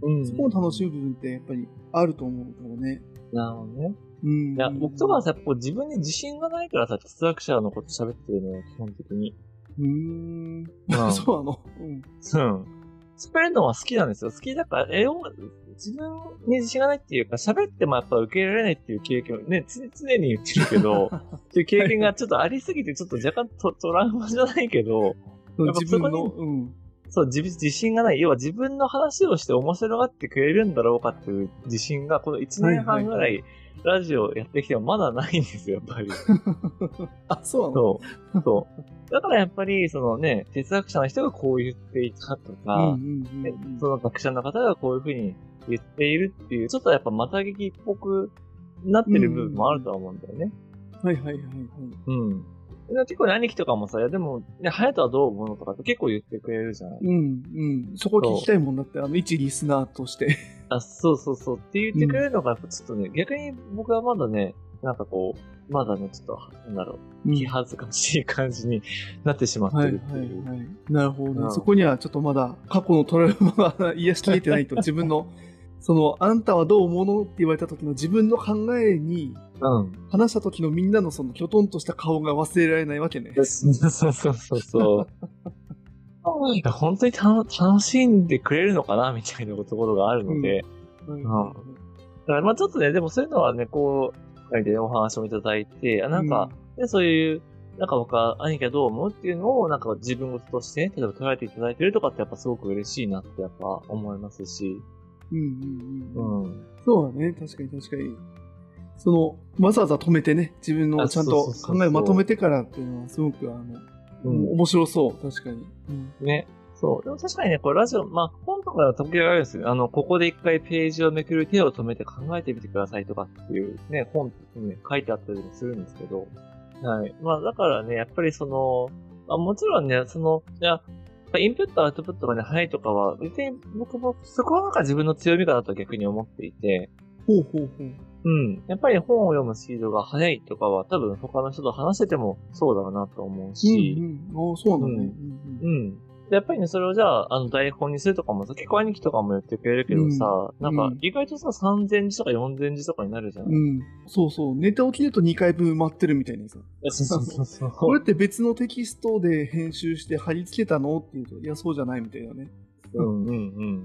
うん、そこを楽しむ部分ってやっぱりあると思うからね。 なるほどね。 うん。 いや、僕とかはさ、こう自分に自信がないからさ、哲学者のこと喋ってるのよ、基本的に。 うーん。うん、そうなの。うん。うん。 喋るのは好きなんですよ。好きだから、え、自分に自信がないっていうか、喋ってもやっぱ受け入れられないっていう経験をね、常に言ってるけど、っていう経験がちょっとありすぎて、ちょっと若干トトラウマじゃないけど、 やっぱ自分の、うん。 そう、自自信がない。要は自分の話をして面白がってくれるんだろうかっていう自信が、このいちねんはんぐらいラジオやってきてもまだないんですよ、やっぱり。 あ、そうなの？ そう。そう。だからやっぱり、そのね、哲学者の人がこう言っていたとか、その学者の方がこういうふうに言っているっていう、ちょっとやっぱまた聞きっぽくなってる部分もあるとは思うんだよね。 はいはいはいはい。 うん。結構兄貴とかもさ、いやでも、ね、ハヤトはどう思うのとかって結構言ってくれるじゃない。 うん、うん。そこ聞きたいもんだって、あの、一リスナーとして。 あ、そうそうそう。って言ってくれるのが、ちょっとね、うん、逆に僕はまだね、なんかこう、まだね、ちょっと、なんだろう、気恥ずかしい感じになってしまってるっていう。 はいはいはい。なるほどね。うん、そこにはちょっとまだ過去のトラウマが癒しきれてないと、自分の、その、あんたはどう思うのって言われた時の自分の考えに、うん、話した時のみんなのそのきょとんとした顔が忘れられないわけね。 そうそうそうそう。いや本当に楽しんでくれるのかなみたいなところがあるので。うん。うん、だからまあちょっとね、でもそういうのはね、こう、書いてお話をいただいて、あなんか、うん、そういう、なんか僕は兄貴はどう思うっていうのを、なんか自分事として、例えば捉えていただいてるとかってやっぱすごく嬉しいなってやっぱ思いますし。 うんうんうん。うん。そうだね。確かに確かに。その、わざわざ止めてね、自分のちゃんと考えをまとめてからっていうのはすごく、あの、うん、面白そう、確かに。 うん、ね。そう。でも確かにね、これラジオ、まあ、本とかは時々あるんですよ。あの、ここで一回ページをめくる手を止めて考えてみてくださいとかっていうね、本にね、書いてあったりもするんですけど。はい。まあ、だからね、やっぱりその、まあ、もちろんね、その、いや、インプット、アウトプットがね、早いとかは、別に僕も、そこはなんか自分の強みかなと逆に思っていて。 ほうほうほう。 うん。やっぱり本を読むスピードが速いとかは多分他の人と話しててもそうだろうなと思うし。 うんうん。ああ、そうなんだね。 うん。うん。やっぱりね、それをじゃあ、あの、台本にするとかもさ、結構兄貴とかも言ってくれるけどさ、うん、なんか、意外とさ、さんぜんじとかよんぜんじとかになるじゃない。 うん。そうそう。ネタを切るとにかいぶん埋まってるみたいなさ。 そうそうそう。 これって別のテキストで編集して貼り付けたのって言うと、いや、そうじゃないみたいなね。 うんうんうん。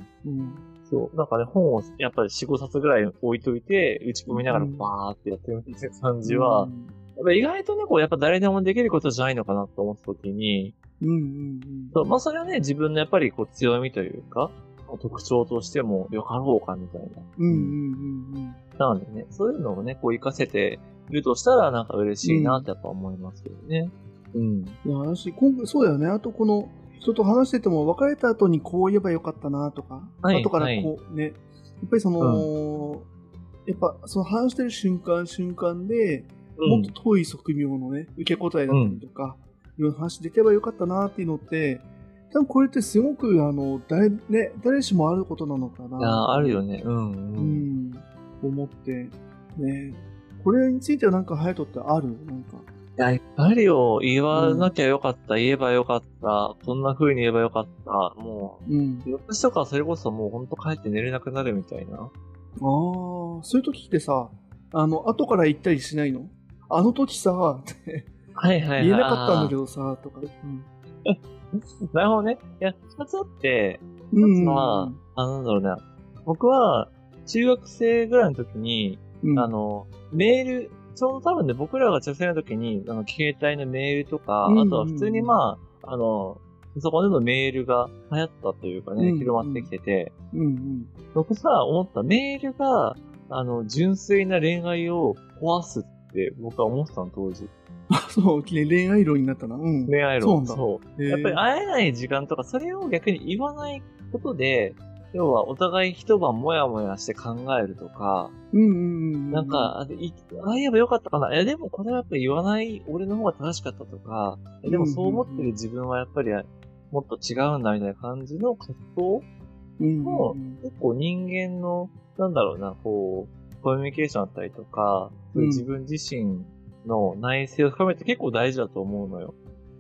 うん。そう。なんかね、本をやっぱりよん、ごさつぐらい置いといて、打ち込みながらバーってやってる感じは、うん、やっぱ意外とね、こう、やっぱ誰でもできることじゃないのかなと思った時に、 うんうんうん。 そう、まあそれはね、自分のやっぱりこう強みというか、特徴としてもよかろうかみたいな。 うんうんうんうん。 なのでね、そういうのをね、こう活かせているとしたらなんか嬉しいなってやっぱ思いますけどね。うん。 いや、私、今回そうだよね。あとこの、人と話してても別れた後にこう言えばよかったなとか、はい、後からこうね、はい、やっぱりその、うん、やっぱその話してる瞬間瞬間で、うん、もっと遠い側面のね、受け答えだったりとか、いろんな話できればよかったなっていうのって、多分これってすごく、あの、誰、ね、誰しもあることなのかな。 いや、あるよね。うん、うん。うん。思って、ね。これについてはなんか、ハヤトってあるなんか。 いや、やっぱりよ、言わなきゃよかった、うん、言えばよかった、こんな風に言えばよかった、もう、うん。翌日とかそれこそもうほんと帰って寝れなくなるみたいな。ああ、 そういう時ってさ、あの、後から言ったりしないの？あの時さ、って。 はいはいはい。 言えなかったんだけどさ、とか。うん、 なるほどね。いや、二つあって、一つは、あ、なんだろうね。僕は、中学生ぐらいの時に、うん、あの、メール、ちょうど多分ね、僕らが中学生の時に、あの、携帯のメールとか、うんうんうん、あとは普通にまあ、あの、そこでのメールが流行ったというかね、うんうん、広まってきてて、うんうん、僕さ、思ったメールが、あの、純粋な恋愛を壊すって僕は思ってたの、当時。 あ、そう、恋愛論になったな。うん。 恋愛論。そう。そうやっぱり会えない時間とか、それを逆に言わないことで、要はお互い一晩もやもやして考えるとか、 うんうんうん、 なんか、ああ言えばよかったかな。いや、でもこれはやっぱ言わない俺の方が正しかったとか、でもそう思ってる自分はやっぱりもっと違うんだみたいな感じの葛藤も、結構人間の、なんだろうな、こう、コミュニケーションだったりとか、自分自身の内省を深めて結構大事だと思うのよ。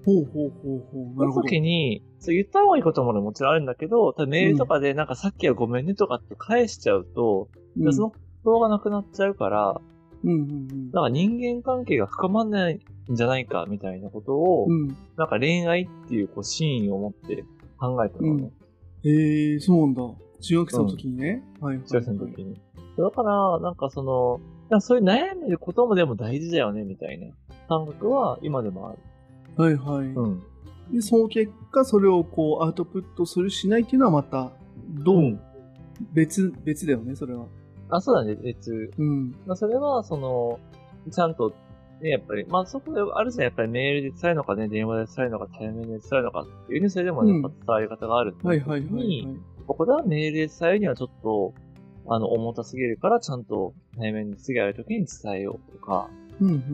ほうほうほうほう。 その時に、そう言った方がいいことももちろんあるんだけど、ただメールとかでなんかさっきはごめんねとかって返しちゃうと、うん、その動がなくなっちゃうから、 うんうんうん、 なんか人間関係が深まんないんじゃないかみたいなことを、うん、なんか恋愛っていうこうシーンを持って考えたのね。 うん、へえ、そうなんだ。中学生の時にね。 うん、はい、はい。中学生の時に。だから、なんかその、なんかそういう悩めることもでも大事だよね、みたいな感覚は今でもある。 はいはい。 うん。 で、その結果、それをこうアウトプットするしないっていうのはまた、どう、うん、別、別だよね、それは。 あ、そうだね、別。 うん。 まあ、それは、その、ちゃんと、ね、やっぱり、まあ、そこで、あるじゃん、やっぱりメールで伝えるのかね、電話で伝えるのか、対面で伝えるのかっていうね、それでもやっぱ伝わり方があるんで、 はいはいはい、はい。 ここではメールで伝えるにはちょっと、あの、重たすぎるから、ちゃんと対面で次会うときに伝えようとか、 うんうんうん。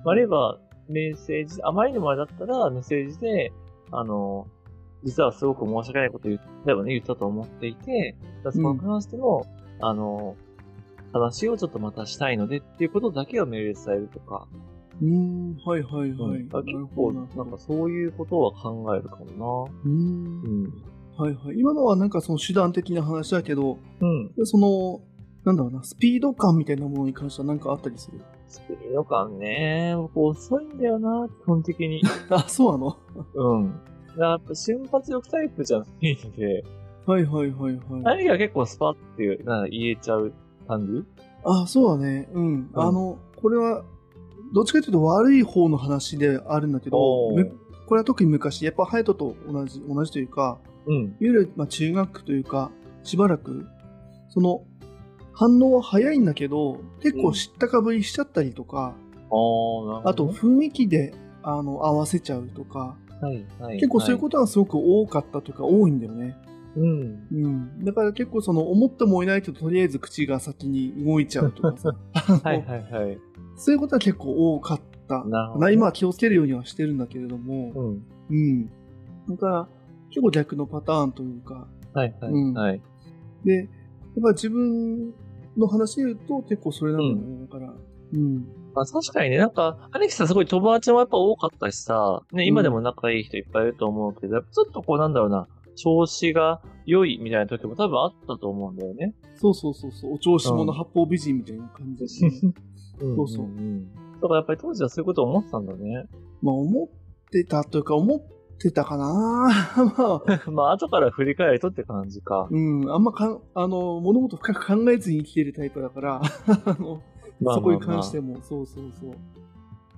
あるいは、メッセージ、あまりにもあれだったら、メッセージで、あの、実はすごく申し訳ないことを言ったよね、言ったと思っていて、そこに関しても、うん、あの、話をちょっとまたしたいのでっていうことだけをメールで伝えるとか。 うーん、はいはいはい。 うん、結構、なんかそういうことは考えるかもな。 うーん。うん。はいはい。今のはなんかその手段的な話だけど、うん。その、なんだろうな、スピード感みたいなものに関しては何かあったりする？ スピード感ね、僕遅いんだよな、基本的に。 あ、そうなの？ うん。やっぱ瞬発力タイプじゃないので。 はいはいはいはい。 何が結構スパッてなんか言えちゃう感じ？ あ、そうだね。うん。うん、あの、これは、どっちかというと悪い方の話であるんだけど、これは特に昔、やっぱハヤトと同じ、同じというか、うん、いわゆる、まあ、中学というか、しばらく、その、反応は早いんだけど、結構知ったかぶりしちゃったりとか、うん、あと雰囲気で、あの、合わせちゃうとか、はいはい、結構そういうことがすごく多かったというか、多いんだよね。うん。うん。だから結構その、思ってもいないと、とりあえず口が先に動いちゃうとかさ。はいはいはい。そういうことは結構多かった。なる今は気をつけるようにはしてるんだけれども、うん。うん。だから、結構逆のパターンというか、はいはい、うん、はい。で、やっぱ自分の話で言うと結構それなのよね、うん、だから。うん。 まあ確かにね、なんか、アレキさんすごい友達もやっぱ多かったしさ、ね、今でも仲いい人いっぱいいると思うけど、やっぱちょっとこうなんだろうな、調子が良いみたいな時も多分あったと思うんだよね。 そうそうそうそう、お調子者八方美人みたいな感じですね。うん、そうそう。 だからやっぱり当時はそういうことを思ってたんだね。 まあ思ってたというか思ってたかなまあ。まあ後から振り返るとって感じか。 うん、あんまかあの、物事深く考えずに生きてるタイプだから、あの、まあまあまあ、そこに関しても、そうそうそう。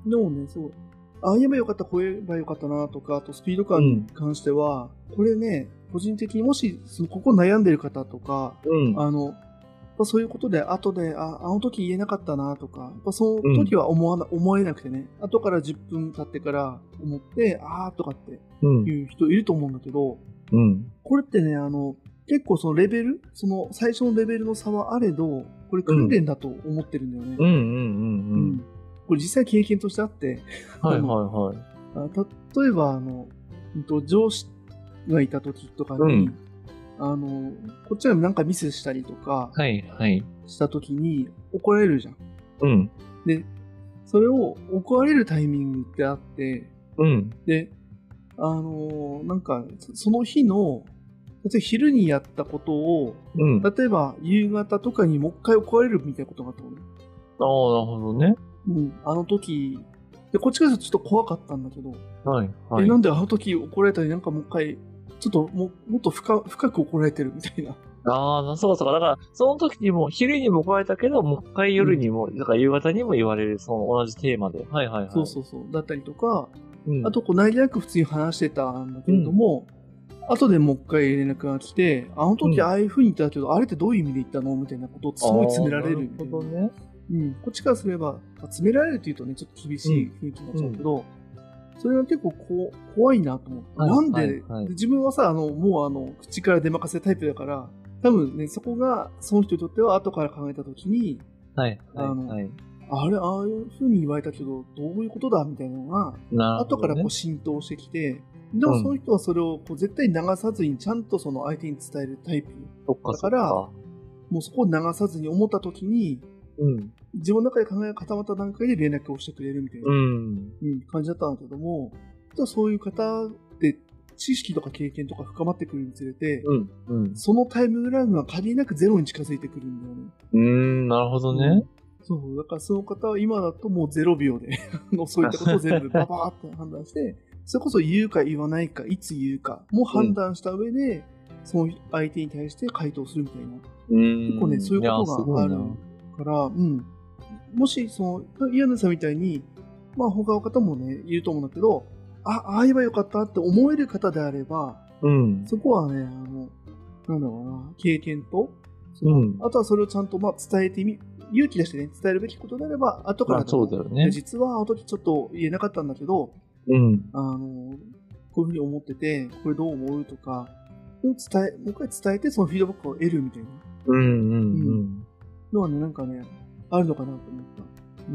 でもね、そう。ああ言えばよかった、こう言えばよかったなとか、あとスピード感に関しては、うん、これね、個人的にもし、そのここ悩んでる方とか、うん、あの、そういうことで、後で、あ、あの時言えなかったなとか、やっぱその時は思わな、うん、思えなくてね、後からじゅっぷん経ってから思って、あーとかっていう人いると思うんだけど、うん、これってね、あの、結構そのレベル、その最初のレベルの差はあれど、これ訓練だと思ってるんだよね。うんうんうんうん。うん、これ実際経験としてあって、はいはいはい。あ例えば、あの、上司がいた時とかに、うんあの、こっちがなんかミスしたりとか、はいはい。したときに怒られるじゃん。うん。で、それを怒られるタイミングってあって、うん。で、あのー、なんか、その日の、例えば昼にやったことを、うん、例えば夕方とかにもう一回怒られるみたいなことがあったのね。 ああ、なるほどね。 うん。あの時、で、こっちからするとちょっと怖かったんだけど、はいはい。え、なんであの時怒られたりなんかもう一回、ちょっとももっと深深く怒られてるみたいな。 ああ、そうそうか。だから、その時にも、昼にも怒られたけど、もう一回夜にも、うん、だから夕方にも言われる、その同じテーマで。はいはいはい。 そうそうそう。だったりとか、うん、あと、こう、何気なく普通に話してたんだけれども、うん、後でもう一回連絡が来て、あの時ああいう風に言ったけど、うん、あれってどういう意味で言ったのみたいなことをすごい詰められるみたいな。なるほどね。うん。こっちからすれば、詰められるって言うとね、ちょっと厳しい雰囲気になっちゃうけど、うんそれは結構こう怖いなと思って。はい、なんで、はいはい、自分はさ、あの、もうあの、口から出まかせタイプだから、多分ね、そこが、その人にとっては後から考えたときに、はい、はい、あの、はい、あれ、ああいう風に言われたけど、どういうことだみたいなのが、ね、後からこう浸透してきて、でもその人はそれをこう絶対流さずに、ちゃんとその相手に伝えるタイプ。だから、もうそこを流さずに思ったときに、うん、自分の中で考えが固まった段階で連絡をしてくれるみたいな、うんうん、感じだったんだけども、 とそういう方って知識とか経験とか深まってくるにつれて、 うんうん、 そのタイムラグが限りなくゼロに近づいてくるんだよね。 うーん、なるほどね。うん、 そう、だからその方は今だともうゼロびょうでそういったことを全部ババーって判断して、それこそ言うか言わないか、いつ言うかも判断した上で、うん、その相手に対して回答するみたいな。 うん、 結構ね、そういうことがあるから、うん。もし、その、イアヌさんみたいに、まあ他の方もね、いると思うんだけど、あ、ああ言えばよかったって思える方であれば、 うん、 そこはね、あの、なんだろうな、経験と、 うん、 あとはそれをちゃんとまあ伝えてみ、勇気出してね、伝えるべきことであれば、後から、まあ、 そうだよね。 実はあの時ちょっと言えなかったんだけど、 うん、 あの、こういうふうに思ってて、これどう思うとか、伝え、もう一回伝えて、そのフィードバックを得るみたいな。 うん、うん、うん。 のはね、なんかね、あるのかなと思った。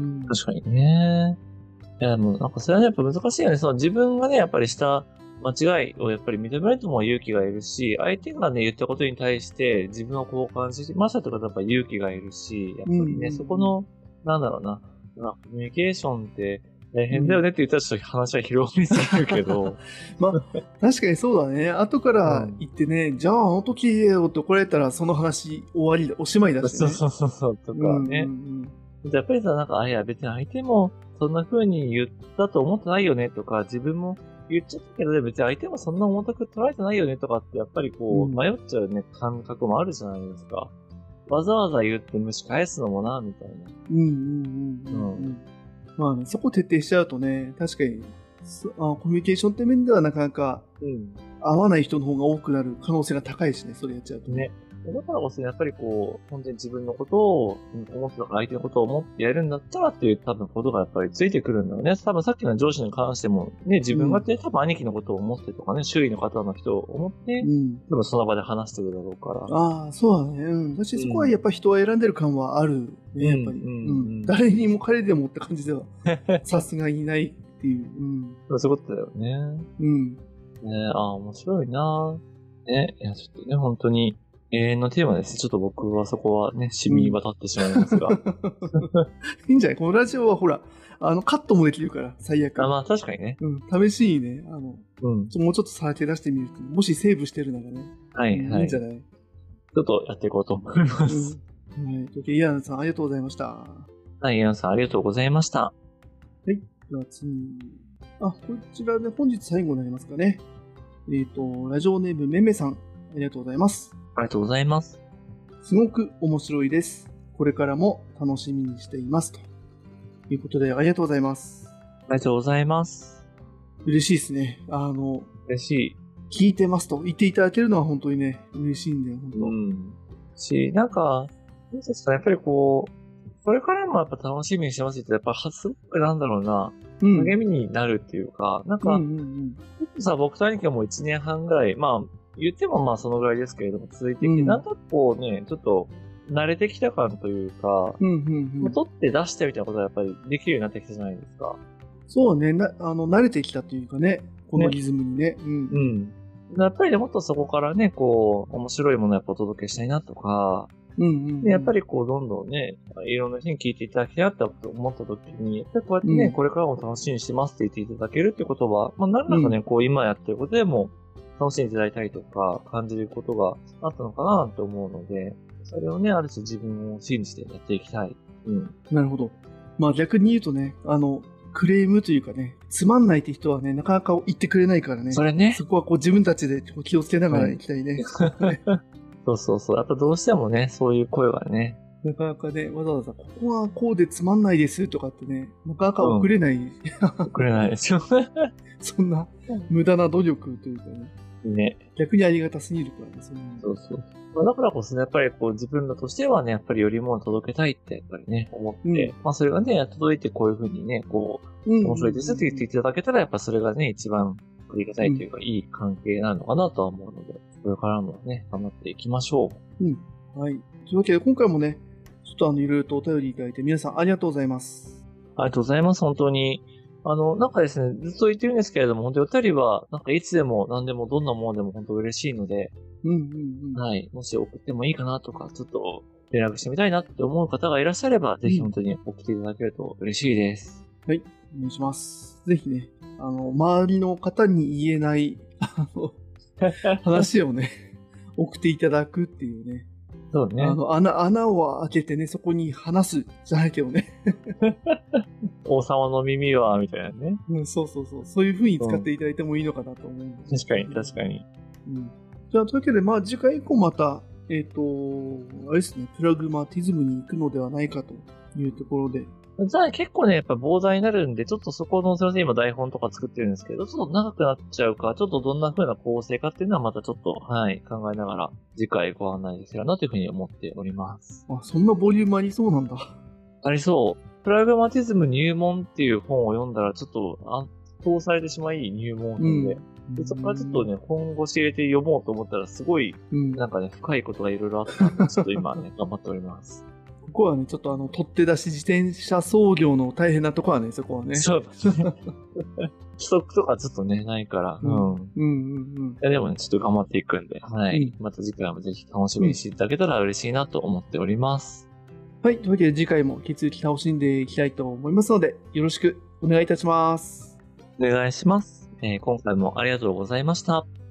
うん、確かにね。いや、もうなんかそれはやっぱ難しいよね。その自分がね、やっぱりした間違いをやっぱり認めるとも勇気がいるし、相手がね、言ったことに対して自分はこう感じましたとかやっぱ勇気がいるし、やっぱりね、うんうん、そこの、なんだろうな、まあ、コミュニケーションって大変だよねって言ったらちょっと話は広がりすぎるけど。 まあ、確かにそうだね。後から言ってね、うん、じゃああの時言えよって怒られたらその話終わりだ、おしまいだしね。 そうそうそう、とかね。うんうん、やっぱりさ、なんか、あ、いや別に相手もそんな風に言ったと思ってないよねとか、自分も言っちゃったけどね、別に相手もそんな重たく捉えてないよねとかって、やっぱりこう、うん、迷っちゃうね、感覚もあるじゃないですか。わざわざ言って蒸し返すのもな、みたいな。 うんうんうんうん、うん。まあね、そこ徹底しちゃうとね、確かに、あコミュニケーションって面ではなかなか、合わない人の方が多くなる可能性が高いしね、それやっちゃうとね。 だからこそ、やっぱりこう、本当に自分のことを思ってたか、相手のことを思ってやるんだったらっていう多分ことがやっぱりついてくるんだよね。多分さっきの上司に関しても、ね、自分がって多分兄貴のことを思ってとかね、周囲の方の人を思って、うん、多分その場で話してるだろうから。 ああ、そうだね。うん。私そこはやっぱ人は選んでる感はあるね、やっぱり。うん。うん、誰にも彼でもって感じでは、さすがにないっていう。 うん。そういうことだよね。うん。ねああ、面白いなね、いや、ちょっとね、本当に、永遠のテーマです。ちょっと僕はそこはね、染み渡ってしまいますが。うん、 いいんじゃないこのラジオはほら、あの、カットもできるから、最悪。 あ、まあ確かにね。 うん、試しにね、あの、うん、もうちょっとさ手出してみると、もしセーブしてるならね。 はい、はい。 いいんじゃないちょっとやっていこうと思います。 うん、はい。というわけで、イアンさんありがとうございました。 はい、イアンさんありがとうございました。はい。では次。あ、こちらで本日最後になりますかね。えっと、ラジオネームめめさん、ありがとうございます。 ありがとうございます。 すごく面白いです。これからも楽しみにしています。ということで、ありがとうございます。 ありがとうございます。 嬉しいですね。あの、 嬉しい。 聞いてますと言っていただけるのは本当にね、嬉しいんで、本当。 うん。し、なんか、どうですかね、やっぱりこう、これからもやっぱ楽しみにしてますって、やっぱすごくなんだろうな、うん、励みになるっていうか、なんか、うんうんうん、さ、僕と兄貴はもういちねんはんぐらい、まあ、言ってもまあそのぐらいですけれども、続いてきて、うん、なんとなくこうね、ちょっと慣れてきた感というか、うんうんうん、取って出してみたいなことはやっぱりできるようになってきたじゃないですか。 そうね、なあの慣れてきたというかね、このリズムにね。ねうん、 うんやっぱりね、もっとそこからね、こう、面白いものをやっぱお届けしたいなとか、うんうんうん、でやっぱりこう、どんどんね、いろんな人に聞いていただきたいなって思った時に、やっぱりこうやってね、うん、これからも楽しみにしてますって言っていただけるってことは、まあ、なんだかね、うん、こう、今やってることでも、楽しんでいただいたりとか、感じることがあったのかなと思うので、それをね、ある種自分を信じてやっていきたい。 うん。なるほど。まあ逆に言うとね、あの、クレームというかね、つまんないって人はね、なかなか言ってくれないからね。 それね。 そこはこう自分たちで気をつけながらいきたいね。 はい、そうそうそう。やっぱどうしてもね、そういう声がね。 なかなかね、わざわざ、ここはこうでつまんないですとかってね、なかなか送れない。うん、 送れないですよ。 そんな無駄な努力というかね。 ね。 逆にありがたすぎるからですね。 そうそう。まあ、だからこそね、やっぱりこう自分らとしてはね、やっぱりよりも届けたいってやっぱりね、思って、うん、まあそれがね、届いてこういう風にね、こう、面白いですって言っていただけたら、やっぱそれがね、一番ありがたいというか、うん、いい関係なのかなとは思うので、これからもね、頑張っていきましょう。うん。はい。というわけで今回もね、ちょっとあの、いろいろとお便りいただいて皆さんありがとうございます。 ありがとうございます、本当に。あの、なんかですね、ずっと言ってるんですけれども、本当にお二人は、なんかいつでも何でもどんなものでも本当嬉しいので、うんうんうん。はい。もし送ってもいいかなとか、ちょっと連絡してみたいなって思う方がいらっしゃれば、ぜひ本当に送っていただけると嬉しいです。 はい。お願いします。ぜひね、 あの、周りの方に言えない、あの、話をね、送っていただくっていうね。 そうね。 あの、穴、穴を開けてね、そこに話すじゃないけどね。 王様の耳は、みたいなね。 うん、そうそうそう。そういう風に使っていただいてもいいのかなと思うんで、 うん、確かに、確かに。 うん。じゃあ、というわけで、まあ、次回以降また、えっ、ー、と、あれですね、プラグマティズムに行くのではないかというところで。 じゃあ結構ね、やっぱ膨大になるんで、ちょっとそこの、すいません、今台本とか作ってるんですけど、ちょっと長くなっちゃうか、ちょっとどんな風な構成かっていうのはまたちょっと、はい、考えながら、次回ご案内できたらなというふうに思っております。 あ、そんなボリュームありそうなんだ。 ありそう。プラグマティズム入門っていう本を読んだら、ちょっと、あ通されてしまい入門本で。うん、でそこからちょっとね、本腰入れて読もうと思ったら、すごい、うん、なんかね、深いことがいろいろあったんで、ちょっと今ね、頑張っております。 ここはね、ちょっとあの、取って出し自転車操業の大変なとこはね、そこはね。 そうですね。規則とかちょっとね、ないから。うん。うんうんうん。いやでもね、ちょっと頑張っていくんで、はい。うん、また次回もぜひ楽しみにしていただけたら嬉しいなと思っております。 はい。というわけで次回も引き続き楽しんでいきたいと思いますので、よろしくお願いいたします。 お願いします。えー、今回もありがとうございました。